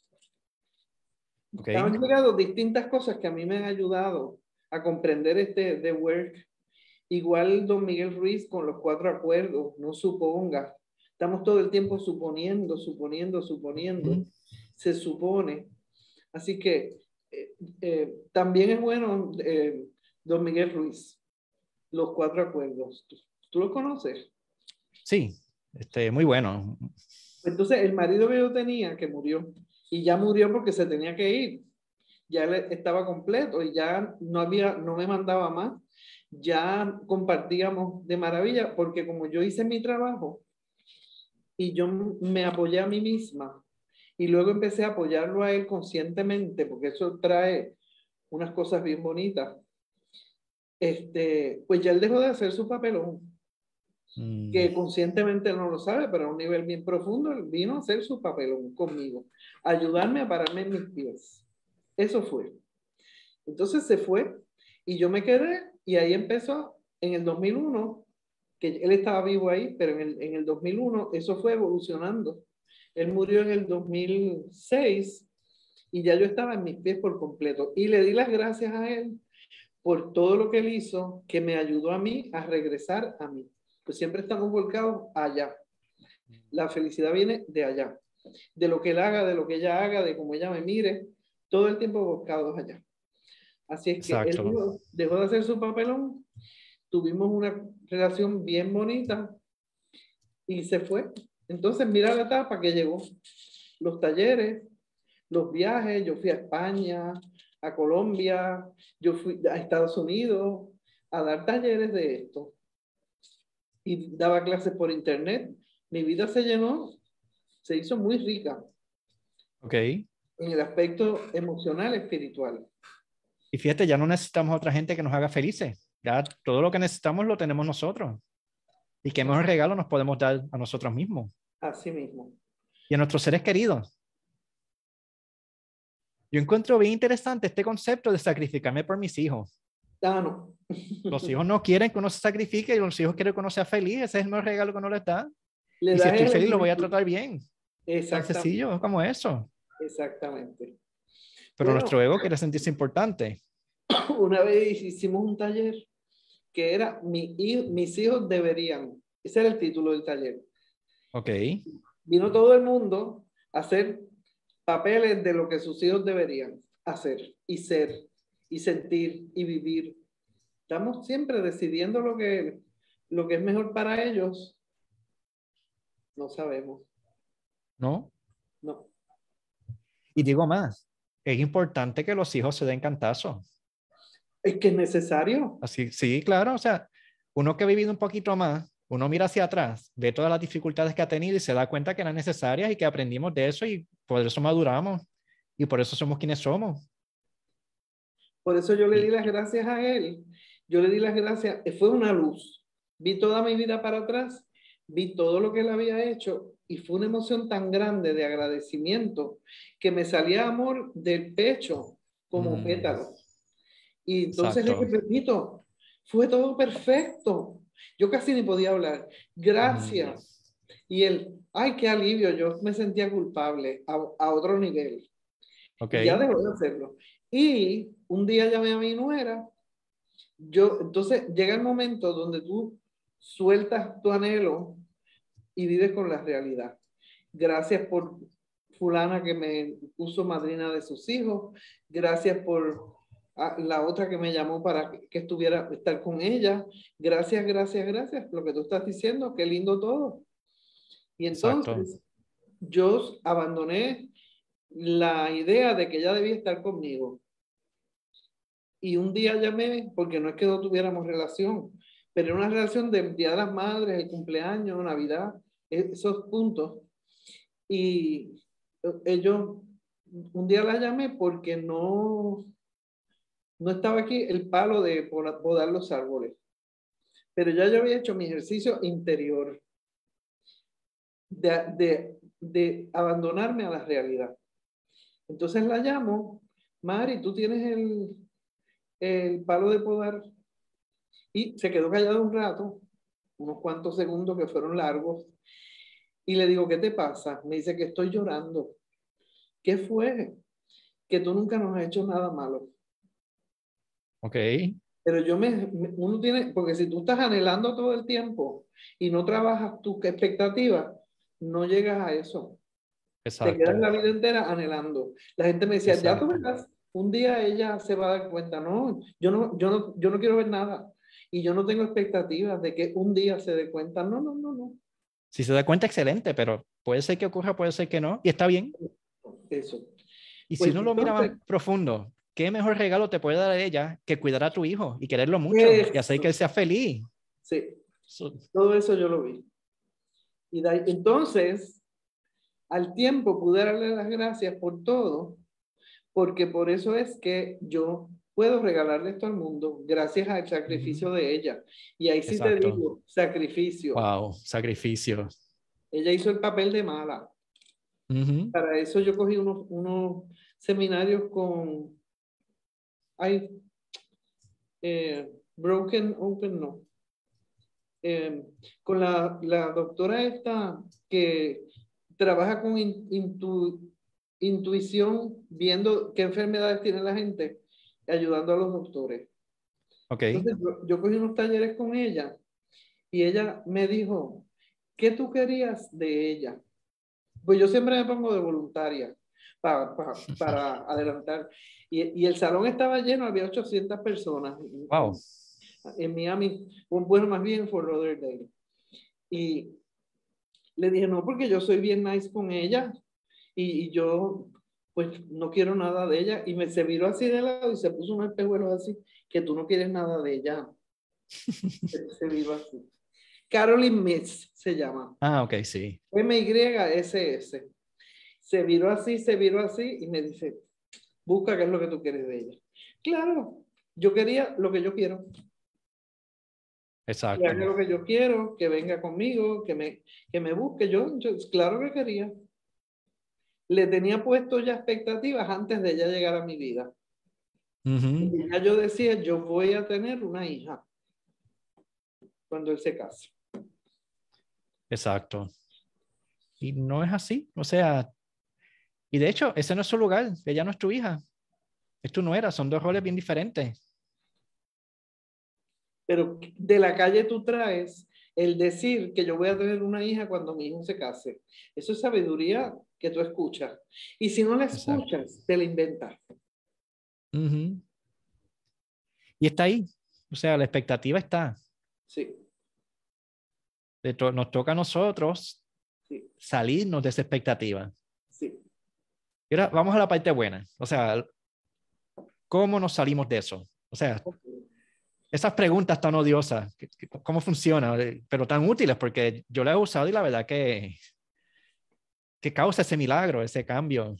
Ok. Han llegado distintas cosas que a mí me han ayudado a comprender este The Work. Igual don Miguel Ruiz con los 4 acuerdos, no suponga. Estamos todo el tiempo suponiendo, suponiendo, suponiendo. Ujú. Se supone. Así que también es bueno don Miguel Ruiz, los 4 acuerdos. ¿Tú los conoces? Sí, muy bueno. Entonces, el marido que yo tenía, que murió, y ya murió porque se tenía que ir, ya él estaba completo y ya no me mandaba más, ya compartíamos de maravilla, porque como yo hice mi trabajo y yo me apoyé a mí misma, y luego empecé a apoyarlo a él conscientemente, porque eso trae unas cosas bien bonitas, pues ya él dejó de hacer su papelón, Mm. que conscientemente no lo sabe, pero a un nivel bien profundo, él vino a hacer su papelón conmigo, ayudarme a pararme en mis pies. Eso fue. Entonces se fue y yo me quedé y ahí empezó en el 2001, que él estaba vivo ahí, pero en el 2001 eso fue evolucionando. Él murió en el 2006 y ya yo estaba en mis pies por completo. Y le di las gracias a él por todo lo que él hizo, que me ayudó a mí a regresar a mí. Pues siempre estamos volcados allá. La felicidad viene de allá, de lo que él haga, de lo que ella haga, de cómo ella me mire, todo el tiempo volcados allá. Así es que él Exacto. dejó de hacer su papelón, tuvimos una relación bien bonita y se fue. Entonces mira la etapa que llegó. Los talleres, los viajes, yo fui a España, a Colombia, yo fui a Estados Unidos a dar talleres de esto y daba clases por internet. Mi vida se llenó, se hizo muy rica Ok. en el aspecto emocional, espiritual. Y fíjate, ya no necesitamos otra gente que nos haga felices. Ya todo lo que necesitamos lo tenemos nosotros. Y qué mejor regalo nos podemos dar a nosotros mismos Así mismo. y a nuestros seres queridos. Yo encuentro bien interesante este concepto de sacrificarme por mis hijos. Ah, no. Los hijos no quieren que uno se sacrifique y los hijos quieren que uno sea feliz. Ese es el mejor regalo que uno les da. Le Y si das estoy el feliz, lo voy a ejemplo. tratar bien. Tan Exactamente. sencillo como eso. Exactamente. Pero Bueno, nuestro ego quiere sentirse importante. una vez hicimos un taller que era mis hijos deberían. Ese era el título del taller. Ok. Vino todo el mundo a hacer papeles de lo que sus hijos deberían hacer y ser y sentir y vivir. Estamos siempre decidiendo lo que es mejor para ellos. No sabemos. ¿No? No. Y digo más. Es importante que los hijos se den cantazos. Es que es necesario. Así, sí, claro. O sea, uno que ha vivido un poquito más, uno mira hacia atrás, ve todas las dificultades que ha tenido y se da cuenta que eran necesarias y que aprendimos de eso y por eso maduramos y por eso somos quienes somos. Por eso yo le di Y, las gracias a él. Yo le di las gracias. Fue una luz. Vi toda mi vida para atrás, vi todo lo que él había hecho y fue una emoción tan grande de agradecimiento que me salía amor del pecho como mm, pétalo. Y entonces le dije, exacto. Pepito, fue todo perfecto. Yo casi ni podía hablar. Mm, Gracias. Y él, ay, qué alivio. Yo me sentía culpable a otro nivel. Ok. Y ya dejó de hacerlo. Y un día llamé a mi nuera. Entonces llega el momento donde tú sueltas tu anhelo y vives con la realidad. Gracias por fulana que me puso madrina de sus hijos. Gracias por la otra que me llamó para que estuviera, estar con ella. Gracias, gracias, gracias. Lo que tú estás diciendo, qué lindo todo. Y Exacto. entonces yo abandoné la idea de que ella debía estar conmigo. Y un día llamé, porque no es que no tuviéramos relación, pero era una relación de Día de las Madres, el cumpleaños, Navidad, esos puntos. Y ellos, un día la llamé porque no estaba aquí el palo de podar los árboles. Pero ya yo había hecho mi ejercicio interior de abandonarme a la realidad. Entonces la llamo, Mari, tú tienes el palo de podar. Y se quedó callado un rato, unos cuantos segundos que fueron largos. Y le digo, ¿qué te pasa? Me dice que estoy llorando. ¿Qué fue? Que tú nunca nos has hecho nada malo. Ok. Pero uno tiene, porque si tú estás anhelando todo el tiempo y no trabajas tu expectativa, no llegas a eso. Te quedas Exacto. la vida entera anhelando. La gente me decía, ya tú Exacto. verás, un día ella se va a dar cuenta. No, yo no quiero ver nada. Y yo no tengo expectativas de que un día se dé cuenta. No, no, no, no. Si se da cuenta, excelente, pero puede ser que ocurra, puede ser que no, y está bien. Eso. Y si Pues uno lo mira más entonces, profundo, ¿qué mejor regalo te puede dar ella que cuidar a tu hijo y quererlo mucho y hacer que él eso, sea feliz? sí, Eso- todo eso yo lo vi. Entonces, al tiempo pude darle las gracias por todo, porque por eso es que yo puedo regalarle esto al mundo, gracias al Ujú. sacrificio de ella. Y ahí sí te Exacto. digo, sacrificio. Wow, sacrificio. Ella hizo el papel de mala. Ujú. Para eso yo cogí unos seminarios con, ay, Broken Open, no. Con la doctora esta que trabaja con intuición, viendo qué enfermedades tiene la gente, ayudando a los doctores. Ok. Entonces yo cogí unos talleres con ella y ella me dijo, ¿qué tú querías de ella? Pues yo siempre me pongo de voluntaria para adelantar. Y el salón estaba lleno, había 800 personas Wow. en Miami, bueno, más bien en Fort Lauderdale. Y le dije, no, porque yo soy bien nice con ella y yo pues no quiero nada de ella. Y se viró así de lado y se puso unos espejuelos así, que tú no quieres nada de ella. Se viró así. Caroline Mitz se llama. Ah, ok, sí. MYSS. Se viró así y me dice, busca qué es lo que tú quieres de ella. Claro, yo quería lo que yo quiero. Que haga Exacto. lo que yo quiero, que venga conmigo, que me busque. Claro que quería. Le tenía puesto ya expectativas antes de ella llegar a mi vida. Ujú. Y ya yo decía, yo voy a tener una hija cuando él se case. Exacto. Y no es así. O sea, y de hecho, ese no es su lugar. Ella no es tu hija. Es tu nuera. Son dos roles bien diferentes. Pero de la calle tú traes el decir que yo voy a tener una hija cuando mi hijo se case. Eso es sabiduría que tú escuchas. Y si no la Exacto. escuchas, te la inventas. Ujú. Y está ahí. O sea, la expectativa está. Sí, Nos toca a nosotros sí, salirnos de esa expectativa. sí. Y ahora vamos a la parte buena. O sea, ¿cómo nos salimos de eso? O sea, esas preguntas tan odiosas, ¿cómo funciona? Pero tan útiles porque yo la he usado y la verdad que causa ese milagro, ese cambio.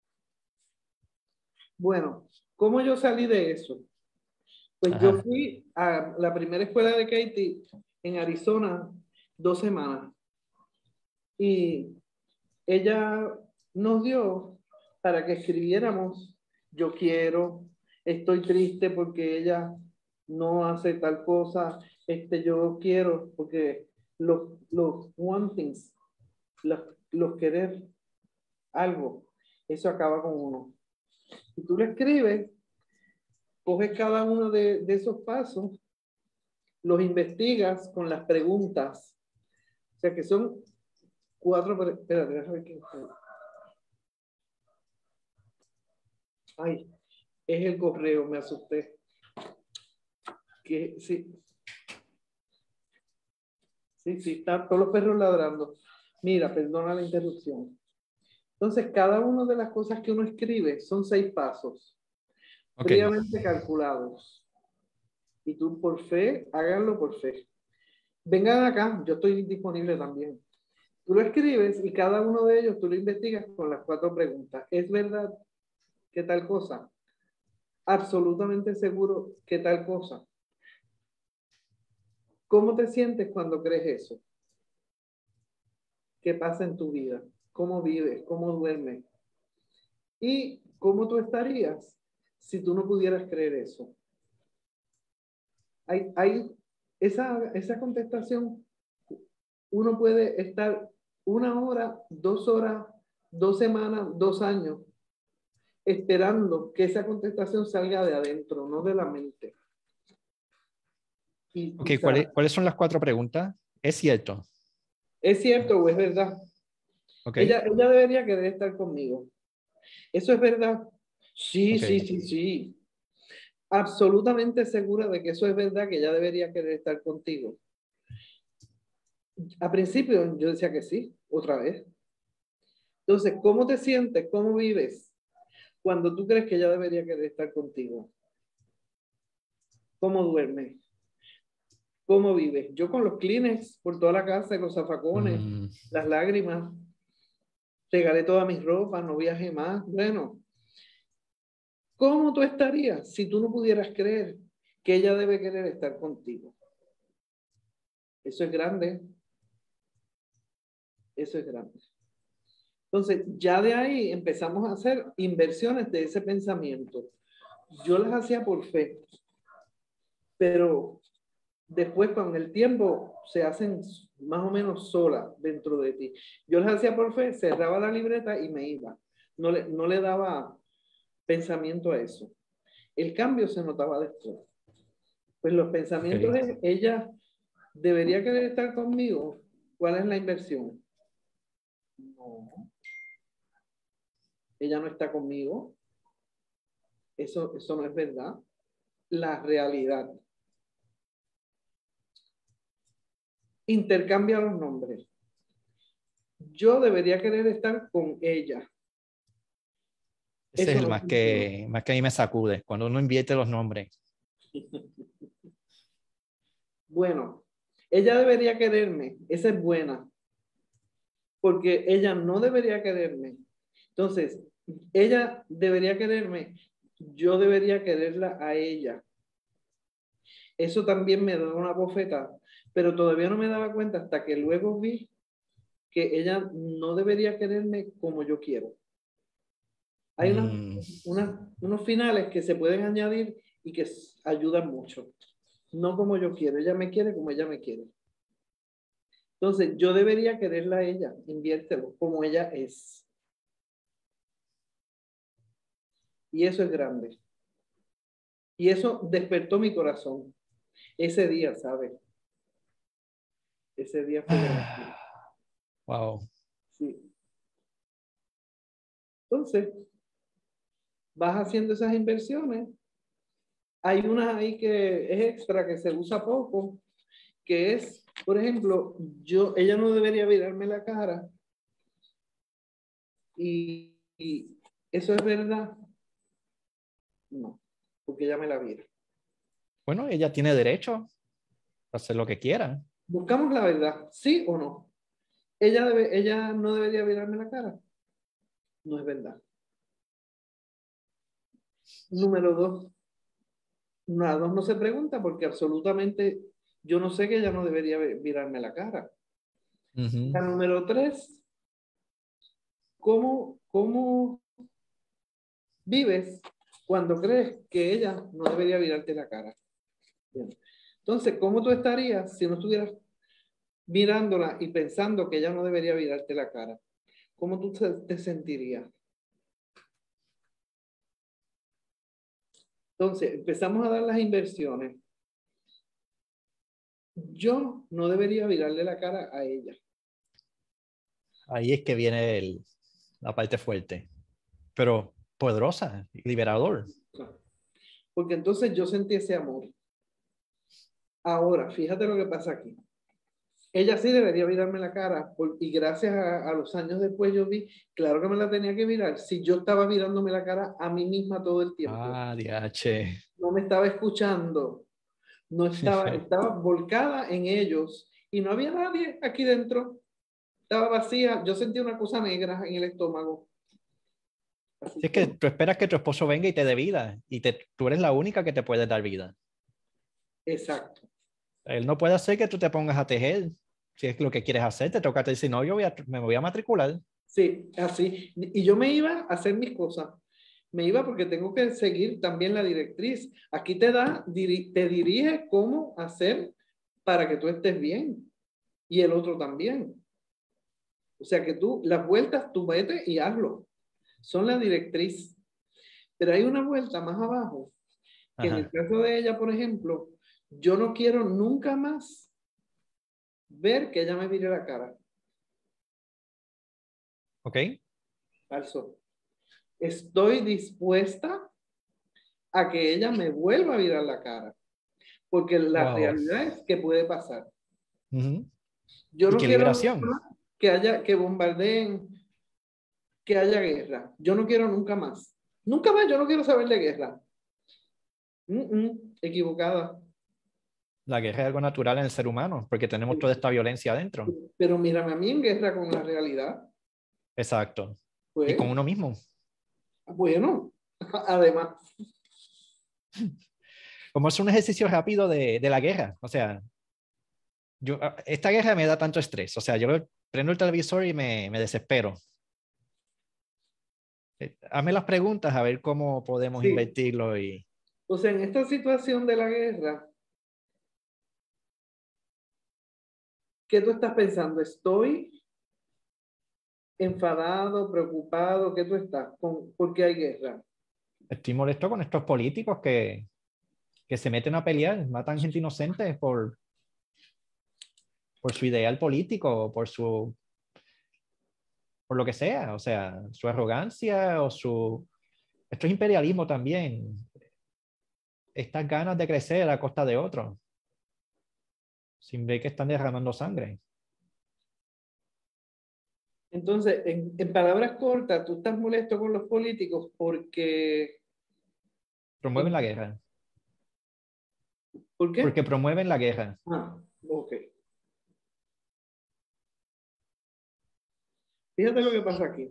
Bueno, ¿cómo yo salí de eso? Pues yo Ajá. fui a la primera escuela de Katie en Arizona 2 semanas y ella nos dio para que escribiéramos, yo quiero, estoy triste porque ella no hace tal cosa, yo quiero, porque los wantings, los querer algo, eso acaba con uno. Si tú lo escribes, coges cada uno de esos pasos, los investigas con las preguntas. O sea que son 4. Espérate, déjame ver qué. Ay, es el correo, me asusté. Que sí. Sí, están todos los perros ladrando. Mira, perdona la interrupción. Entonces, cada una de las cosas que uno escribe son 6 pasos, Ok. fríamente calculados. Y tú por fe, háganlo por fe. Vengan acá, yo estoy disponible también. Tú lo escribes y cada uno de ellos tú lo investigas con las 4 preguntas. ¿Es verdad que tal cosa? Absolutamente seguro que tal cosa. ¿Cómo te sientes cuando crees eso? ¿Qué pasa en tu vida? ¿Cómo vives? ¿Cómo duermes? ¿Y cómo tú estarías si tú no pudieras creer eso? Hay esa contestación, uno puede estar 1 hora, 2 horas, 2 semanas, 2 años, esperando que esa contestación salga de adentro, no de la mente. Ok, Y ¿cuáles son las 4 preguntas? Es cierto. ¿es cierto o es verdad? Ok, Ella debería querer estar conmigo. ¿Eso es verdad? Sí, ok. sí, sí, sí. Absolutamente segura de que eso es verdad, que ella debería querer estar contigo. A principio yo decía que sí, otra vez. Entonces, ¿cómo te sientes? ¿Cómo vives cuando tú crees que ella debería querer estar contigo? ¿Cómo duermes? ¿Cómo vives? Yo con los Kleenex por toda la casa, los zafacones, Mm, las lágrimas, regalé toda mi ropa, no viajé más. Bueno, ¿cómo tú estarías si tú no pudieras creer que ella debe querer estar contigo? Eso es grande, eso es grande. Entonces, ya de ahí empezamos a hacer inversiones de ese pensamiento. Yo las hacía por fe, pero después con el tiempo se hacen más o menos solas dentro de ti. Yo las hacía por fe, cerraba la libreta y me iba. No le daba pensamiento a eso. El cambio se notaba después. Pues los pensamientos ok. es, ella debería querer estar conmigo. ¿Cuál es la inversión? No, ella no está conmigo. Eso no es verdad. La realidad. Intercambia los nombres. Yo debería querer estar con ella. Ese es Eso el no funcionó. más que a mí me sacude, cuando uno invierte los nombres. Bueno, ella debería quererme. Esa es buena. Porque ella no debería quererme. Entonces, ella debería quererme. Yo debería quererla a ella. Eso también me da una bofetada. Pero todavía no me daba cuenta hasta que luego vi que ella no debería quererme como yo quiero. Hay Mm, unos finales que se pueden añadir y que ayudan mucho. No como yo quiero, ella me quiere como ella me quiere. Entonces, yo debería quererla a ella, inviértelo, como ella es. Y eso es grande. Y eso despertó mi corazón. Ese día, ¿sabes? Ese día fue grande. wow. Sí. Entonces, vas haciendo esas inversiones. Hay una ahí que es extra, que se usa poco, que es, por ejemplo, ella no debería virarme la cara. Y eso es verdad. No, porque ella me la vira. Bueno, ella tiene derecho a hacer lo que quiera. Buscamos la verdad, ¿sí o no? Ella no debería virarme la cara. No es verdad. Número 2. Nada, no se pregunta porque absolutamente yo no sé que ella no debería virarme la cara. Ujú. La número 3, ¿cómo vives cuando crees que ella no debería virarte la cara? Bien. Entonces, ¿cómo tú estarías si no estuvieras mirándola y pensando que ella no debería virarte la cara? ¿Cómo tú te sentirías? Entonces, empezamos a dar las inversiones. Yo no debería virarle la cara a ella. Ahí es que viene la parte fuerte, pero poderosa, liberador. Porque entonces yo sentí ese amor. Ahora, fíjate lo que pasa aquí. Ella sí debería virarme la cara y gracias a los años después yo vi, claro que me la tenía que virar, si yo estaba mirándome la cara a mí misma todo el tiempo. Ah, DH. No me estaba escuchando, no estaba volcada en ellos y no había nadie aquí dentro. Estaba vacía, yo sentía una cosa negra en el estómago. Si es que tú esperas que tu esposo venga y te dé vida y tú eres la única que te puede dar vida. Exacto. Él no puede hacer que tú te pongas a tejer. Si es lo que quieres hacer, te toca decir, no, me voy a matricular. Sí, así. Y yo me iba a hacer mis cosas. Me iba porque tengo que seguir también la directriz. Aquí te dirige cómo hacer para que tú estés bien. Y el otro también. O sea que tú, las vueltas, tú vete y hazlo. Son la directriz. Pero hay una vuelta más abajo, que en el caso de ella, por ejemplo, yo no quiero nunca más ver que ella me mire la cara. ¿Ok? Falso. Estoy dispuesta a que ella me vuelva a mirar la cara. Porque la realidad es que puede pasar. Yo no quiero que bombardeen, que haya guerra. Yo no quiero nunca más. Nunca más, yo no quiero saber de guerra. Equivocada. La guerra es algo natural en el ser humano, porque tenemos toda esta violencia adentro. Pero mírame a mí en guerra con la realidad. Exacto. Pues, y con uno mismo. Bueno, además. Como es un ejercicio rápido de la guerra. O sea, esta guerra me da tanto estrés. O sea, yo prendo el televisor y me desespero. Hazme las preguntas a ver cómo podemos invertirlo. O sea, en esta situación de la guerra, ¿qué tú estás pensando? ¿Estoy enfadado, preocupado? ¿Qué tú estás? ¿Por qué hay guerra? Estoy molesto con estos políticos que se meten a pelear, matan gente inocente por su ideal político, por lo que sea, o sea, su arrogancia o esto es imperialismo también, estas ganas de crecer a costa de otros, sin ver que están derramando sangre. Entonces, en palabras cortas, tú estás molesto con los políticos porque... Promueven la guerra. ¿Por qué? Porque promueven la guerra. Ah, ok. Fíjate lo que pasa aquí.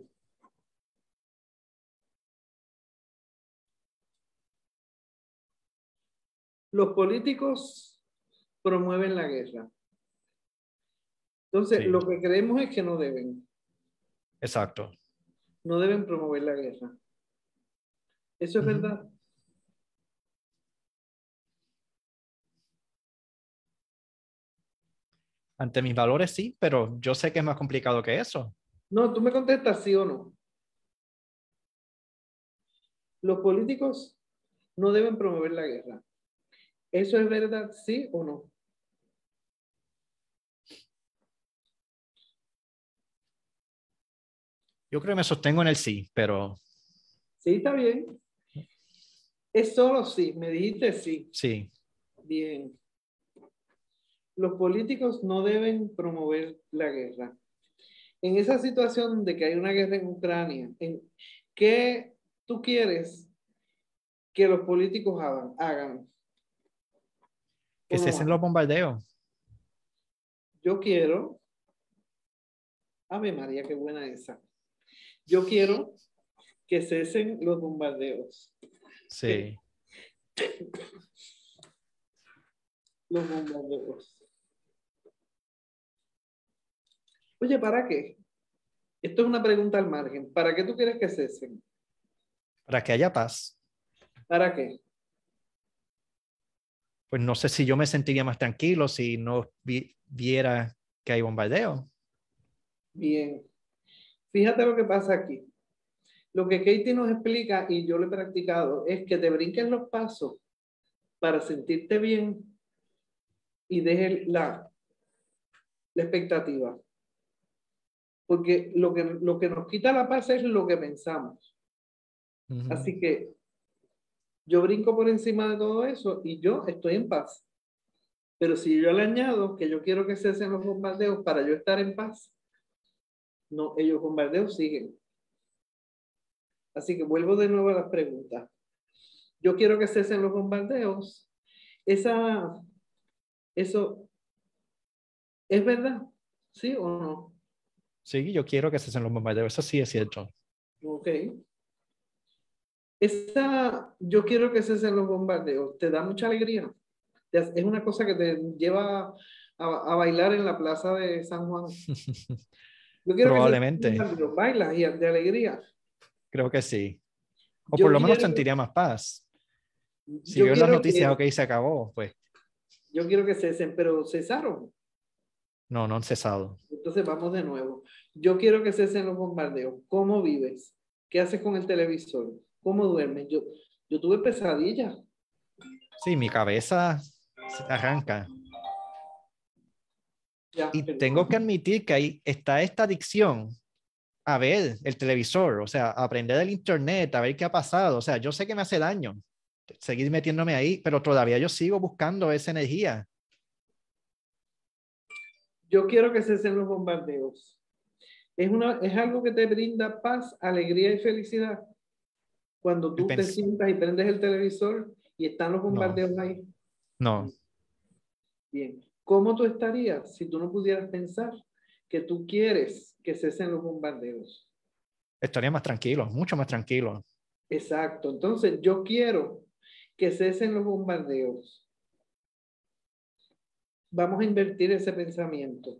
Los políticos promueven la guerra. Entonces, lo que creemos es que no deben. Exacto. No deben promover la guerra. ¿Eso es verdad? Ante mis valores sí, pero yo sé que es más complicado que eso. No, tú me contestas sí o no. Los políticos no deben promover la guerra. ¿Eso es verdad, sí o no? Yo creo que me sostengo en el sí, pero... Sí, está bien. Es solo sí. Me dijiste sí. Sí. Bien. Los políticos no deben promover la guerra. En esa situación de que hay una guerra en Ucrania, ¿qué tú quieres que los políticos hagan? Que cesen los bombardeos. Yo quiero... Ave María, qué buena esa. Yo quiero que cesen los bombardeos. Sí. Los bombardeos. Oye, ¿para qué? Esto es una pregunta al margen. ¿Para qué tú quieres que cesen? Para que haya paz. ¿Para qué? Pues no sé si yo me sentiría más tranquilo si no viera que hay bombardeo. Bien. Fíjate lo que pasa aquí. Lo que Katie nos explica, y yo lo he practicado, es que te brinques los pasos para sentirte bien y dejes la expectativa. Porque lo que nos quita la paz es lo que pensamos. Así que yo brinco por encima de todo eso y yo estoy en paz. Pero si yo le añado que yo quiero que cesen los bombardeos para yo estar en paz, no, ellos bombardeos siguen. Así que vuelvo de nuevo a las preguntas. Yo quiero que cesen los bombardeos. Eso es verdad, ¿sí o no? Sí, yo quiero que cesen los bombardeos, eso sí es cierto. Ok. Yo quiero que cesen los bombardeos. ¿Te da mucha alegría? Es una cosa que te lleva a bailar en la plaza de San Juan. Yo quiero que cesen los Probablemente, bombardeos. Bailas y de alegría. creo que sí. O por Yo lo menos quiero, sentiría más paz. Si yo veo en las quiero noticias, que, ok, se acabó, pues yo quiero que cesen, pero cesaron. no, no han cesado. Entonces vamos de nuevo. Yo quiero que cesen los bombardeos. ¿Cómo vives? ¿Qué haces con el televisor? ¿Cómo duermes? Yo tuve pesadillas. Sí, mi cabeza se arranca. Ya, Y tengo perdón. que admitir que ahí está esta adicción a ver el televisor, o sea, a aprender del internet, a ver qué ha pasado. O sea, yo sé que me hace daño seguir metiéndome ahí, pero todavía yo sigo buscando esa energía. Yo quiero que cesen los bombardeos. Es algo que te brinda paz, alegría y felicidad cuando El tú te pens sientas y prendes el televisor y están los no, bombardeos ahí. no, Bien. ¿Cómo tú estarías si tú no pudieras pensar que tú quieres que cesen los bombardeos? estaría más tranquilo, mucho más tranquilo. Exacto. Entonces, yo quiero que cesen los bombardeos. Vamos a invertir ese pensamiento.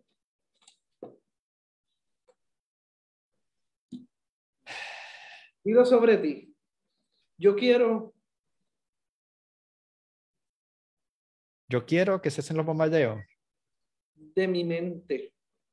Digo sobre ti. Yo quiero, Yo quiero que cesen los bombardeos. de mi mente.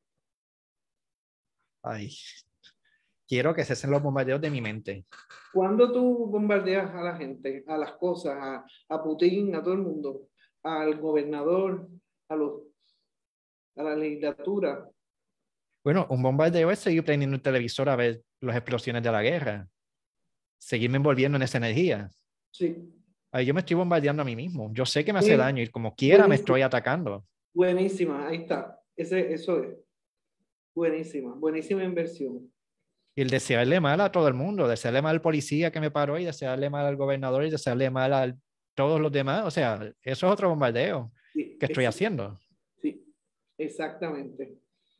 Ay, quiero que cesen los bombardeos de mi mente. Cuando tú bombardeas a la gente, a las cosas, a Putin, a todo el mundo, al gobernador, a, los, a la legislatura, Bueno, un bombardeo es seguir prendiendo el televisor a ver las explosiones de la guerra, seguirme envolviendo en esa energía. sí. Ahí yo me estoy bombardeando a mí mismo. Yo sé que me hace Eh, daño y como quiera me buenísima, estoy atacando. buenísima, ahí está. Eso es. Buenísima, buenísima inversión. Y el desearle mal a todo el mundo, desearle mal al policía que me paró y desearle mal al gobernador y desearle mal a todos los demás. O sea, eso es otro bombardeo Sí, que estoy haciendo. sí, exactamente.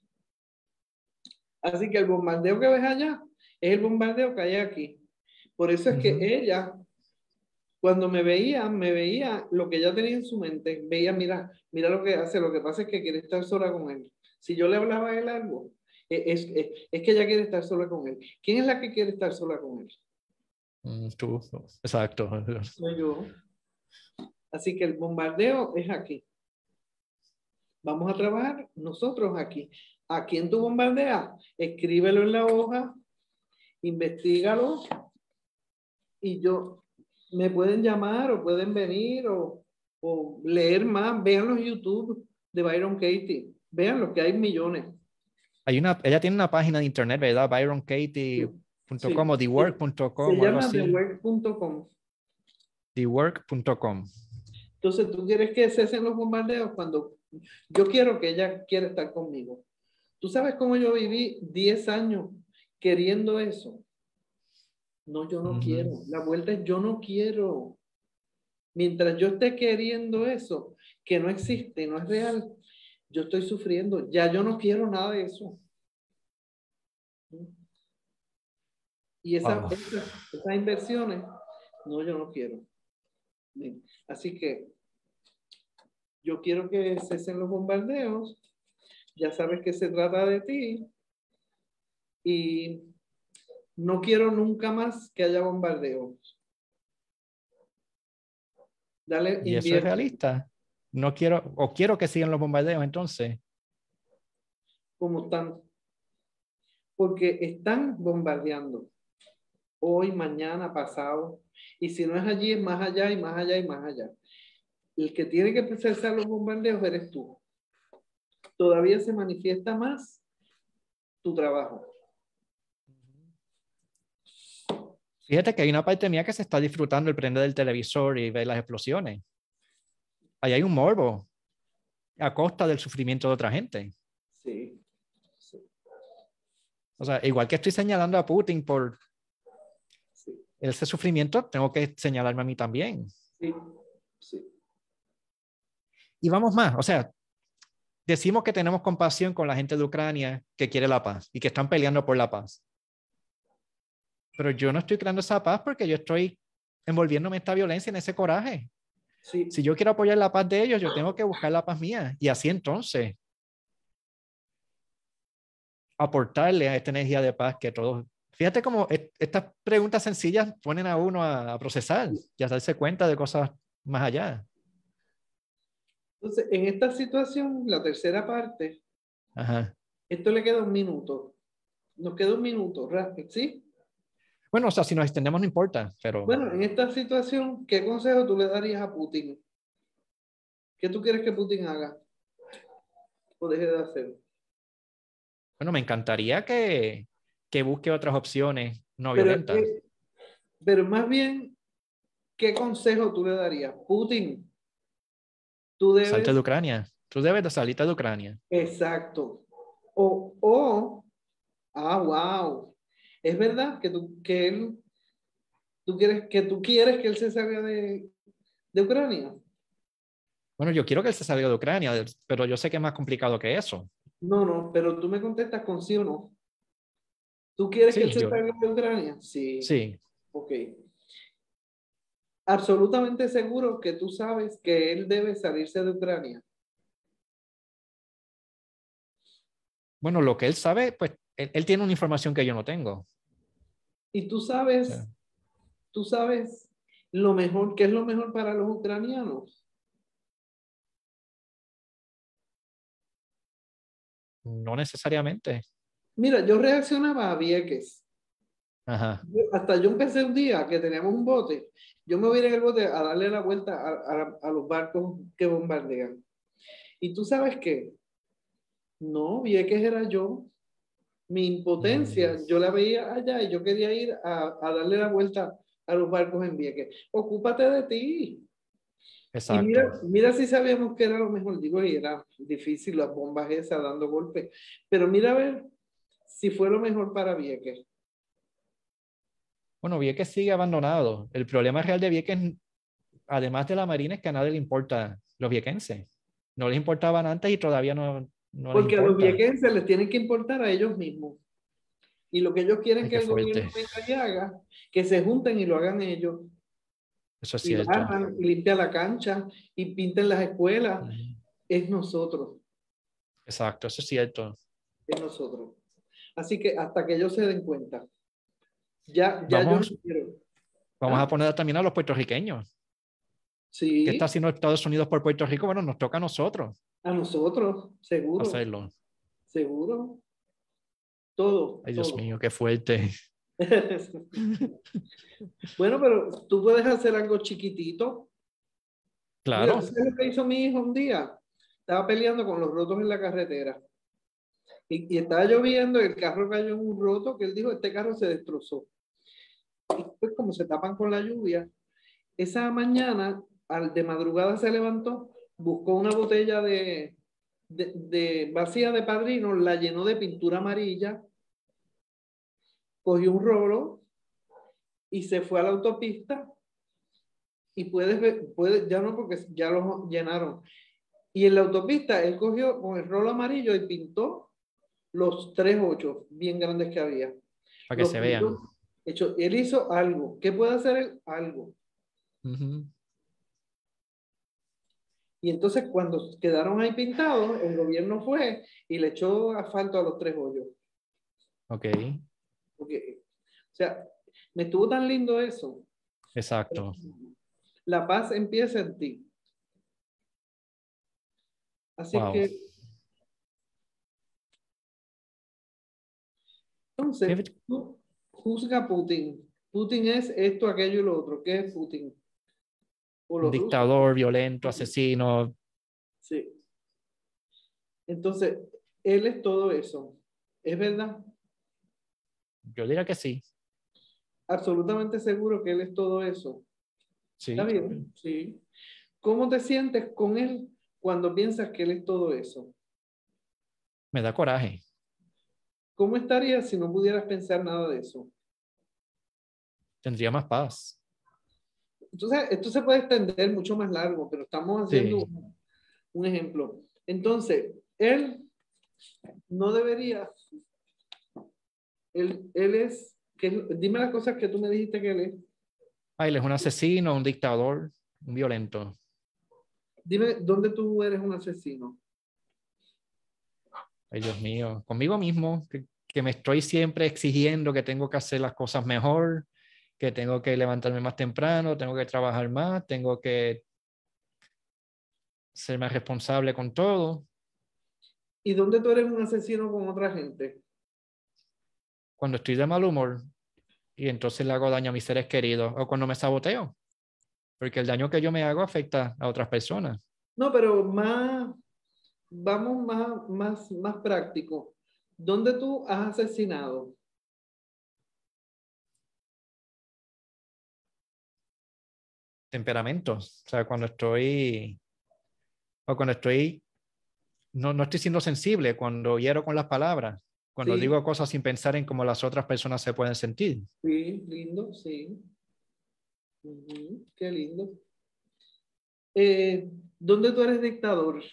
Así que el bombardeo que ves allá es el bombardeo que hay aquí. Por eso es que Ujú. ella, cuando me veía lo que ella tenía en su mente, veía, mira, mira lo que hace, lo que pasa es que quiere estar sola con él. Si yo le hablaba a él algo, es que ella quiere estar sola con él. ¿Quién es la que quiere estar sola con él? Tú, exacto. Soy yo. Así que el bombardeo es aquí. Vamos a trabajar nosotros aquí. ¿A quién tú bombardeas? Escríbelo en la hoja, investigalo y me pueden llamar o pueden venir o leer más. Vean los YouTube de Byron Katie. Vean los que hay millones. Ella tiene una página de internet, ¿verdad? Sí, byronkatie.com sí. o Se thework.com o algo llama así. thework.com. thework.com. Entonces, tú quieres que cesen los bombardeos cuando yo quiero que ella quiera estar conmigo. ¿Tú sabes cómo yo viví 10 años queriendo eso? No, yo no Ujú. quiero. La vuelta es yo no quiero. Mientras yo esté queriendo eso, que no existe, no es real, yo estoy sufriendo. Ya yo no quiero nada de eso. Y Wow. esas inversiones, no, yo no quiero. Así que yo quiero que cesen los bombardeos. Ya sabes que se trata de ti. Y no quiero nunca más que haya bombardeos. Dale, Y eso es invierte realista. No quiero, o quiero que sigan los bombardeos entonces. como están, porque están bombardeando. hoy, mañana, pasado. Y si no es allí, es más allá y más allá y más allá. El que tiene que cesar los bombardeos eres tú. Todavía se manifiesta más tu trabajo. Fíjate que hay una parte mía que se está disfrutando el prender del televisor y ver las explosiones. Ahí hay un morbo a costa del sufrimiento de otra gente. Sí. Sí. O sea, igual que estoy señalando a Putin por Sí. ese sufrimiento, tengo que señalarme a mí también. Sí. Sí. Y vamos más, o sea, decimos que tenemos compasión con la gente de Ucrania que quiere la paz y que están peleando por la paz. Pero yo no estoy creando esa paz porque yo estoy envolviéndome en esta violencia, en ese coraje. Sí. Si yo quiero apoyar la paz de ellos, yo tengo que buscar la paz mía. Y así entonces, aportarle a esta energía de paz que todos... Fíjate cómo estas preguntas sencillas ponen a uno a procesar y a darse cuenta de cosas más allá. Entonces, en esta situación, la tercera parte, Ajá. esto le queda un minuto. Nos queda un minuto, ¿sí? Bueno, o sea, si nos extendemos no importa, pero Bueno, en esta situación, ¿qué consejo tú le darías a Putin? ¿Qué tú quieres que Putin haga o deje de hacer? bueno, me encantaría que busque otras opciones no Pero, violentas. pero más bien, ¿qué consejo tú le darías? Putin, tú Salte de debes, Ucrania. Tú debes de salirte de Ucrania. exacto. Wow. Es verdad que tú quieres que él se salga de Ucrania. Bueno, yo quiero que él se salga de Ucrania, pero yo sé que es más complicado que eso. No, no, pero tú me contestas con sí o no. ¿Tú quieres que él Sí, se salga de Ucrania? Sí. sí. Ok. Absolutamente seguro que tú sabes que él debe salirse de Ucrania. Bueno, lo que él sabe, pues él tiene una información que yo no tengo. Y O sea, tú sabes lo mejor, qué es lo mejor para los ucranianos. no necesariamente. Mira, yo reaccionaba a Vieques. Ajá. Hasta yo empecé un día que teníamos un bote. Yo me voy a ir en el bote a darle la vuelta a los barcos que bombardean. Y tú sabes qué, no, Vieques era yo. Mi Mm, impotencia, yo la veía allá y yo quería ir a darle la vuelta a los barcos en Vieques. Ocúpate de ti. Y exacto. mira si sabíamos que era lo mejor, digo, y era difícil las bombas esas dando golpes, pero mira a ver si fue lo mejor para Vieques. Bueno, Vieques sigue abandonado. El problema real de Vieques, además de la Marina, es que a nadie le importa los viequenses. No les importaban antes y todavía no les Porque a los importa. viequenses les tienen que importar a ellos mismos. Y lo que ellos quieren Ay, que qué el gobierno fuerte. venga y haga, que se junten y lo hagan ellos. Eso es Y cierto. barran, y limpian la cancha, y pinten las escuelas. Ujú. Es nosotros, Exacto, eso es cierto. es nosotros. Así que hasta que ellos se den cuenta, ya yo no Vamos, quiero. vamos a ¿Ah? poner también a los puertorriqueños. ¿Qué está Sí, haciendo Estados Unidos por Puerto Rico? Bueno, nos toca a nosotros a nosotros, seguro, hacerlo. seguro. Todo, Ay, Dios todo. mío, qué fuerte. Bueno, pero tú puedes hacer algo chiquitito. Mira, ¿tú Claro. sabes lo que hizo mi hijo un día? Estaba peleando con los rotos en la carretera. Y estaba lloviendo y el carro cayó en un roto que él dijo, este carro se destrozó. Y pues como se tapan con la lluvia, esa mañana, de madrugada se levantó, buscó una botella de vacía de Padrino, la llenó de pintura amarilla, cogió un rolo y se fue a la autopista y puedes ver, ya no porque ya lo llenaron. Y en la autopista él cogió con el rolo amarillo y pintó los 3 hoyos bien grandes que había. Para que Los se vean. pintó. Hecho, él hizo algo. ¿Qué puede hacer él? Algo. Ujú. Y entonces cuando quedaron ahí pintados, el gobierno fue y le echó asfalto a los 3 hoyos. Ok, Porque, o sea, me estuvo tan lindo eso. exacto. La paz empieza en ti. Así Wow. que, entonces, Fíjate- tú juzga a Putin. Putin es esto, aquello y lo otro. ¿Qué es Putin? O Un los rusos. dictador violento, asesino. Sí. Entonces, él es todo eso. ¿Es verdad? Yo diría que sí. Absolutamente seguro que él es todo eso. ¿Está Sí. bien? Sí. ¿Cómo te sientes con él cuando piensas que él es todo eso? Me da coraje. ¿Cómo estarías si no pudieras pensar nada de eso? Tendría más paz. Entonces, esto se puede extender mucho más largo, pero estamos haciendo Sí. un ejemplo. Entonces, él no debería, él es, dime las cosas que tú me dijiste que él es. Ah, él es un asesino, un dictador, un violento. Dime dónde tú eres un asesino. Ay, Dios mío. Conmigo mismo, que me estoy siempre exigiendo que tengo que hacer las cosas mejor, que tengo que levantarme más temprano, tengo que trabajar más, tengo que ser más responsable con todo. ¿Y dónde tú eres un asesino con otra gente? Cuando estoy de mal humor y entonces le hago daño a mis seres queridos o cuando me saboteo, porque el daño que yo me hago afecta a otras personas. No, pero vamos más práctico. ¿Dónde tú has asesinado? Temperamentos, o sea, cuando estoy, no estoy siendo sensible, cuando hiero con las palabras, cuando Sí, digo cosas sin pensar en cómo las otras personas se pueden sentir. sí, lindo, sí. Ujú, qué lindo. ¿Dónde tú eres dictador?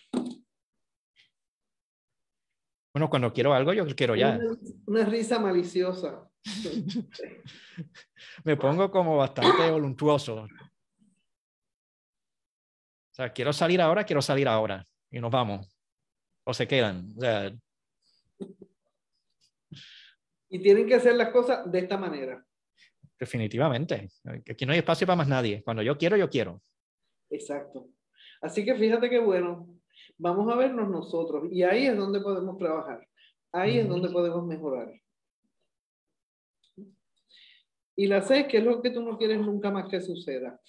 Bueno, cuando quiero algo, yo quiero ya. Una risa maliciosa. Me pongo como bastante voluntuoso. O sea, quiero salir ahora. Y nos vamos. O se quedan. O sea, Y tienen que hacer las cosas de esta manera. definitivamente. Aquí no hay espacio para más nadie. Cuando yo quiero, yo quiero. Exacto. Así que fíjate qué bueno. Vamos a vernos nosotros. Y ahí es donde podemos trabajar. Ahí es donde podemos mejorar. Y la C, que es lo que tú no quieres nunca más que suceda.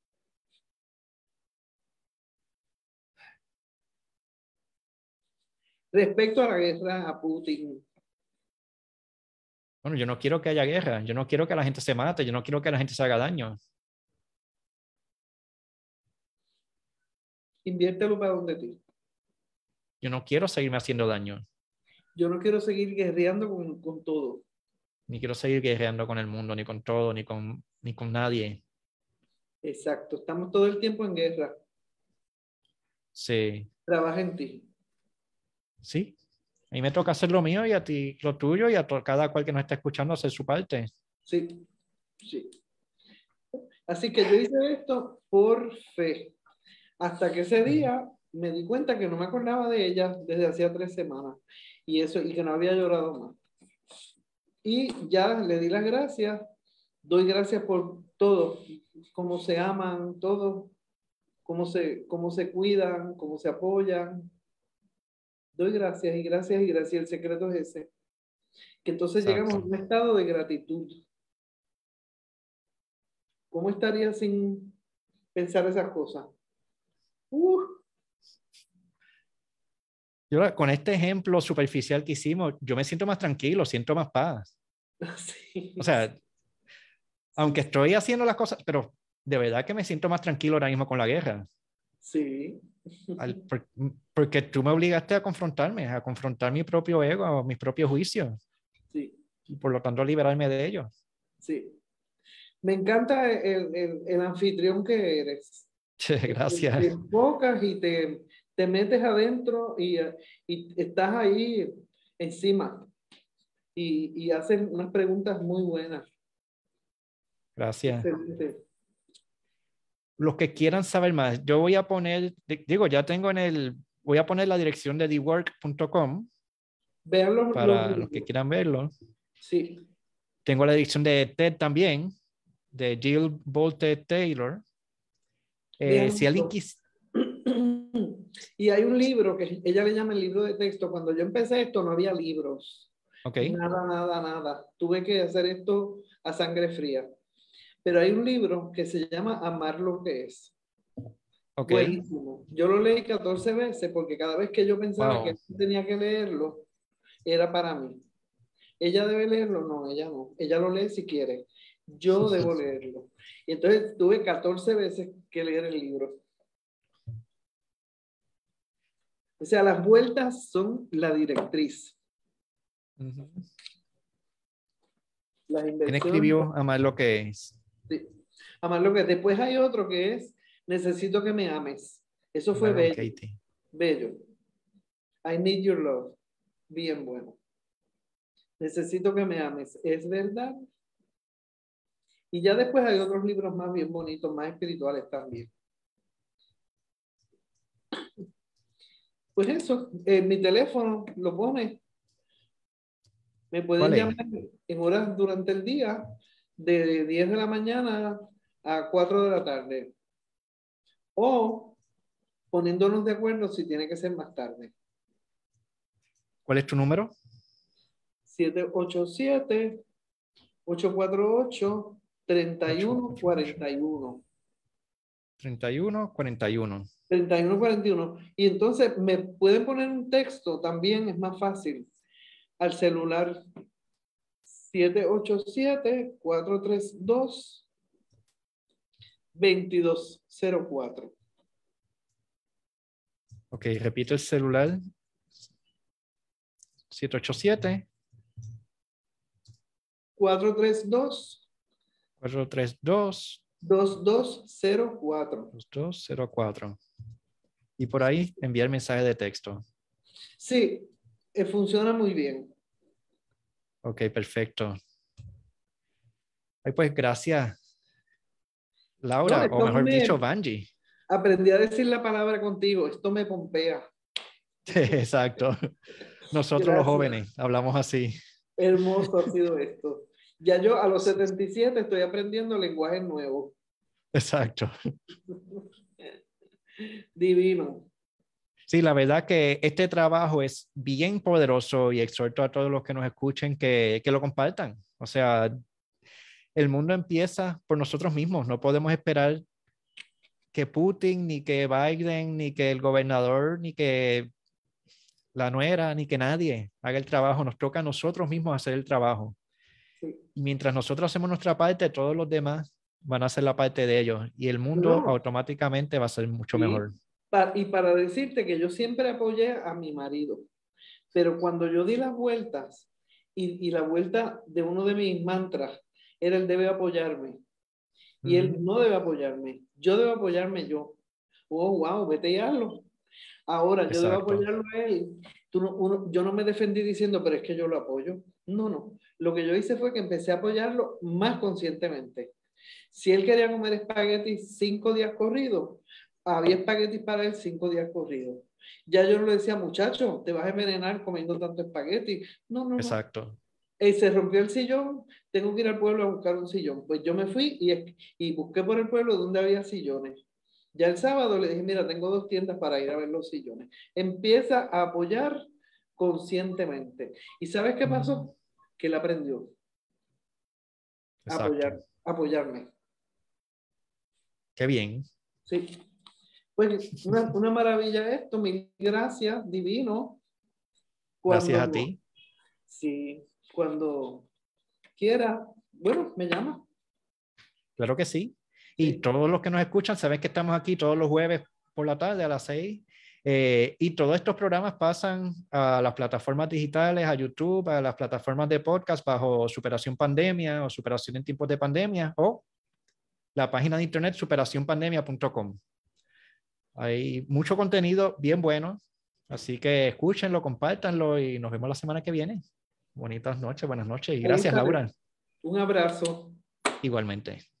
Respecto a la guerra, a Putin. Bueno, yo no quiero que haya guerra. Yo no quiero que la gente se mate. Yo no quiero que la gente se haga daño. Inviértelo para donde ti. Yo no quiero seguirme haciendo daño. Yo no quiero seguir guerreando con todo. Ni quiero seguir guerreando con el mundo, ni con todo, ni con nadie. Exacto. Estamos todo el tiempo en guerra. Sí. Trabaja en ti. Sí. A mí me toca hacer lo mío y a ti lo tuyo y a cada cual que nos está escuchando hacer su parte. Sí, sí. Así que yo hice esto por fe. Hasta que ese día me di cuenta que no me acordaba de ella desde hacía 3 semanas. Y que no había llorado más. Y ya le di las gracias. Doy gracias por todo. Cómo se aman, todo. Cómo se cuidan, cómo se apoyan. Doy gracias y gracias y gracias. El secreto es ese. Que entonces llegamos a Exacto. un estado de gratitud. ¿Cómo estaría sin pensar esas cosas? Yo, con este ejemplo superficial que hicimos, yo me siento más tranquilo, siento más paz. O Sí, sea, sí, aunque estoy haciendo las cosas, pero de verdad que me siento más tranquilo ahora mismo con la guerra. sí. Al- por- Porque tú me obligaste a confrontar mi propio ego, mis propios juicios, Sí, y por lo tanto liberarme de ellos. sí. Me encanta el anfitrión que eres. Te Gracias. enfocas y te metes adentro y estás ahí encima y hacen unas preguntas muy buenas. Gracias. Excelente. Los que quieran saber más, yo voy a poner, digo, ya tengo voy a poner la dirección de thework.com Vean los para los que libros. quieran verlo. Sí. Tengo la dirección de TED también, de Jill Bolte Taylor. Si alguien Veanlo. quis, Y hay un libro que ella le llama el libro de texto. Cuando yo empecé esto no había libros. ok, Nada, nada, nada. Tuve que hacer esto a sangre fría. pero hay un libro que se llama Amar lo que es. Ok. Buenísimo. Yo lo leí 14 veces porque cada vez que yo pensaba Wow. que tenía que leerlo, era para mí. Ella debe leerlo, no, ella no. Ella lo lee si quiere. Yo debo leerlo. Y entonces tuve 14 veces que leer el libro. O sea, las vueltas son la directriz. Ujú. Las ¿Quién inversiones. escribió Amar lo que es? Sí. Además, lo que después hay otro que es Necesito que me ames. Eso fue Byron bello. Katie. Bello. I need your love. Bien bueno. Necesito que me ames. ¿Es verdad? Y ya después hay otros libros más bien bonitos, más espirituales también. Pues eso, mi teléfono lo pone. Me pueden ¿Cuál es? llamar en horas durante el día, de 10 de la mañana a 4 de la tarde. O poniéndonos de acuerdo si tiene que ser más tarde. ¿Cuál es tu número? 787-848-3141. 3141. 3141. Y entonces me pueden poner un texto, también es más fácil, al celular 787-432-2204. Ok, repito el celular. 787 432 432 2204. 2204. Y por ahí enviar mensaje de texto. Sí, funciona muy bien. Ok, perfecto. Ay, pues gracias, No, Laura, o esto mejor dicho, me Vangie. aprendí a decir la palabra contigo, esto me pompea. Exacto. Nosotros los Gracias. jóvenes hablamos así. Hermoso ha sido esto. Ya yo a los 77 estoy aprendiendo lenguaje nuevo. Exacto. Divino. Sí, la verdad que este trabajo es bien poderoso y exhorto a todos los que nos escuchen que lo compartan. O sea, el mundo empieza por nosotros mismos. No podemos esperar que Putin, ni que Biden, ni que el gobernador, ni que la nuera, ni que nadie haga el trabajo. Nos toca a nosotros mismos hacer el trabajo. Sí. Y mientras nosotros hacemos nuestra parte, todos los demás van a hacer la parte de ellos y el mundo No, automáticamente va a ser mucho sí. mejor. Y para decirte que yo siempre apoyé a mi marido, pero cuando yo di las vueltas y la vuelta de uno de mis mantras era el debe apoyarme y él no debe apoyarme, yo debo apoyarme yo. Oh, wow, vete y hazlo. Ahora yo debo Exacto, apoyarlo a él. Yo no me defendí diciendo, pero es que yo lo apoyo. No, no. Lo que yo hice fue que empecé a apoyarlo más conscientemente. Si él quería comer espaguetis 5 días corridos, había espaguetis para él 5 días corridos. Ya yo no le decía, muchacho, te vas a envenenar comiendo tanto espagueti. No, no, no. exacto. Se rompió el sillón, tengo que ir al pueblo a buscar un sillón. Pues yo me fui y busqué por el pueblo donde había sillones. Ya el sábado le dije, mira, tengo 2 tiendas para ir a ver los sillones. Empieza a apoyar conscientemente. ¿Y sabes qué pasó? Que él aprendió a Exacto. apoyarme. Qué bien. Sí. Pues una maravilla esto, mil gracias, divino. Gracias a Cuando, ti. sí, cuando quiera, bueno, me llama. Claro que sí. Y Sí. todos los que nos escuchan saben que estamos aquí todos los jueves por la tarde a las 6. Y todos estos programas pasan a las plataformas digitales, a YouTube, a las plataformas de podcast bajo Superación Pandemia o Superación en tiempos de pandemia o la página de internet superacionpandemia.com. Hay mucho contenido bien bueno, así que escúchenlo, compártanlo y nos vemos la semana que viene. Bonitas noches, buenas noches y Ahí gracias, estaré. Laura. Un abrazo. Igualmente.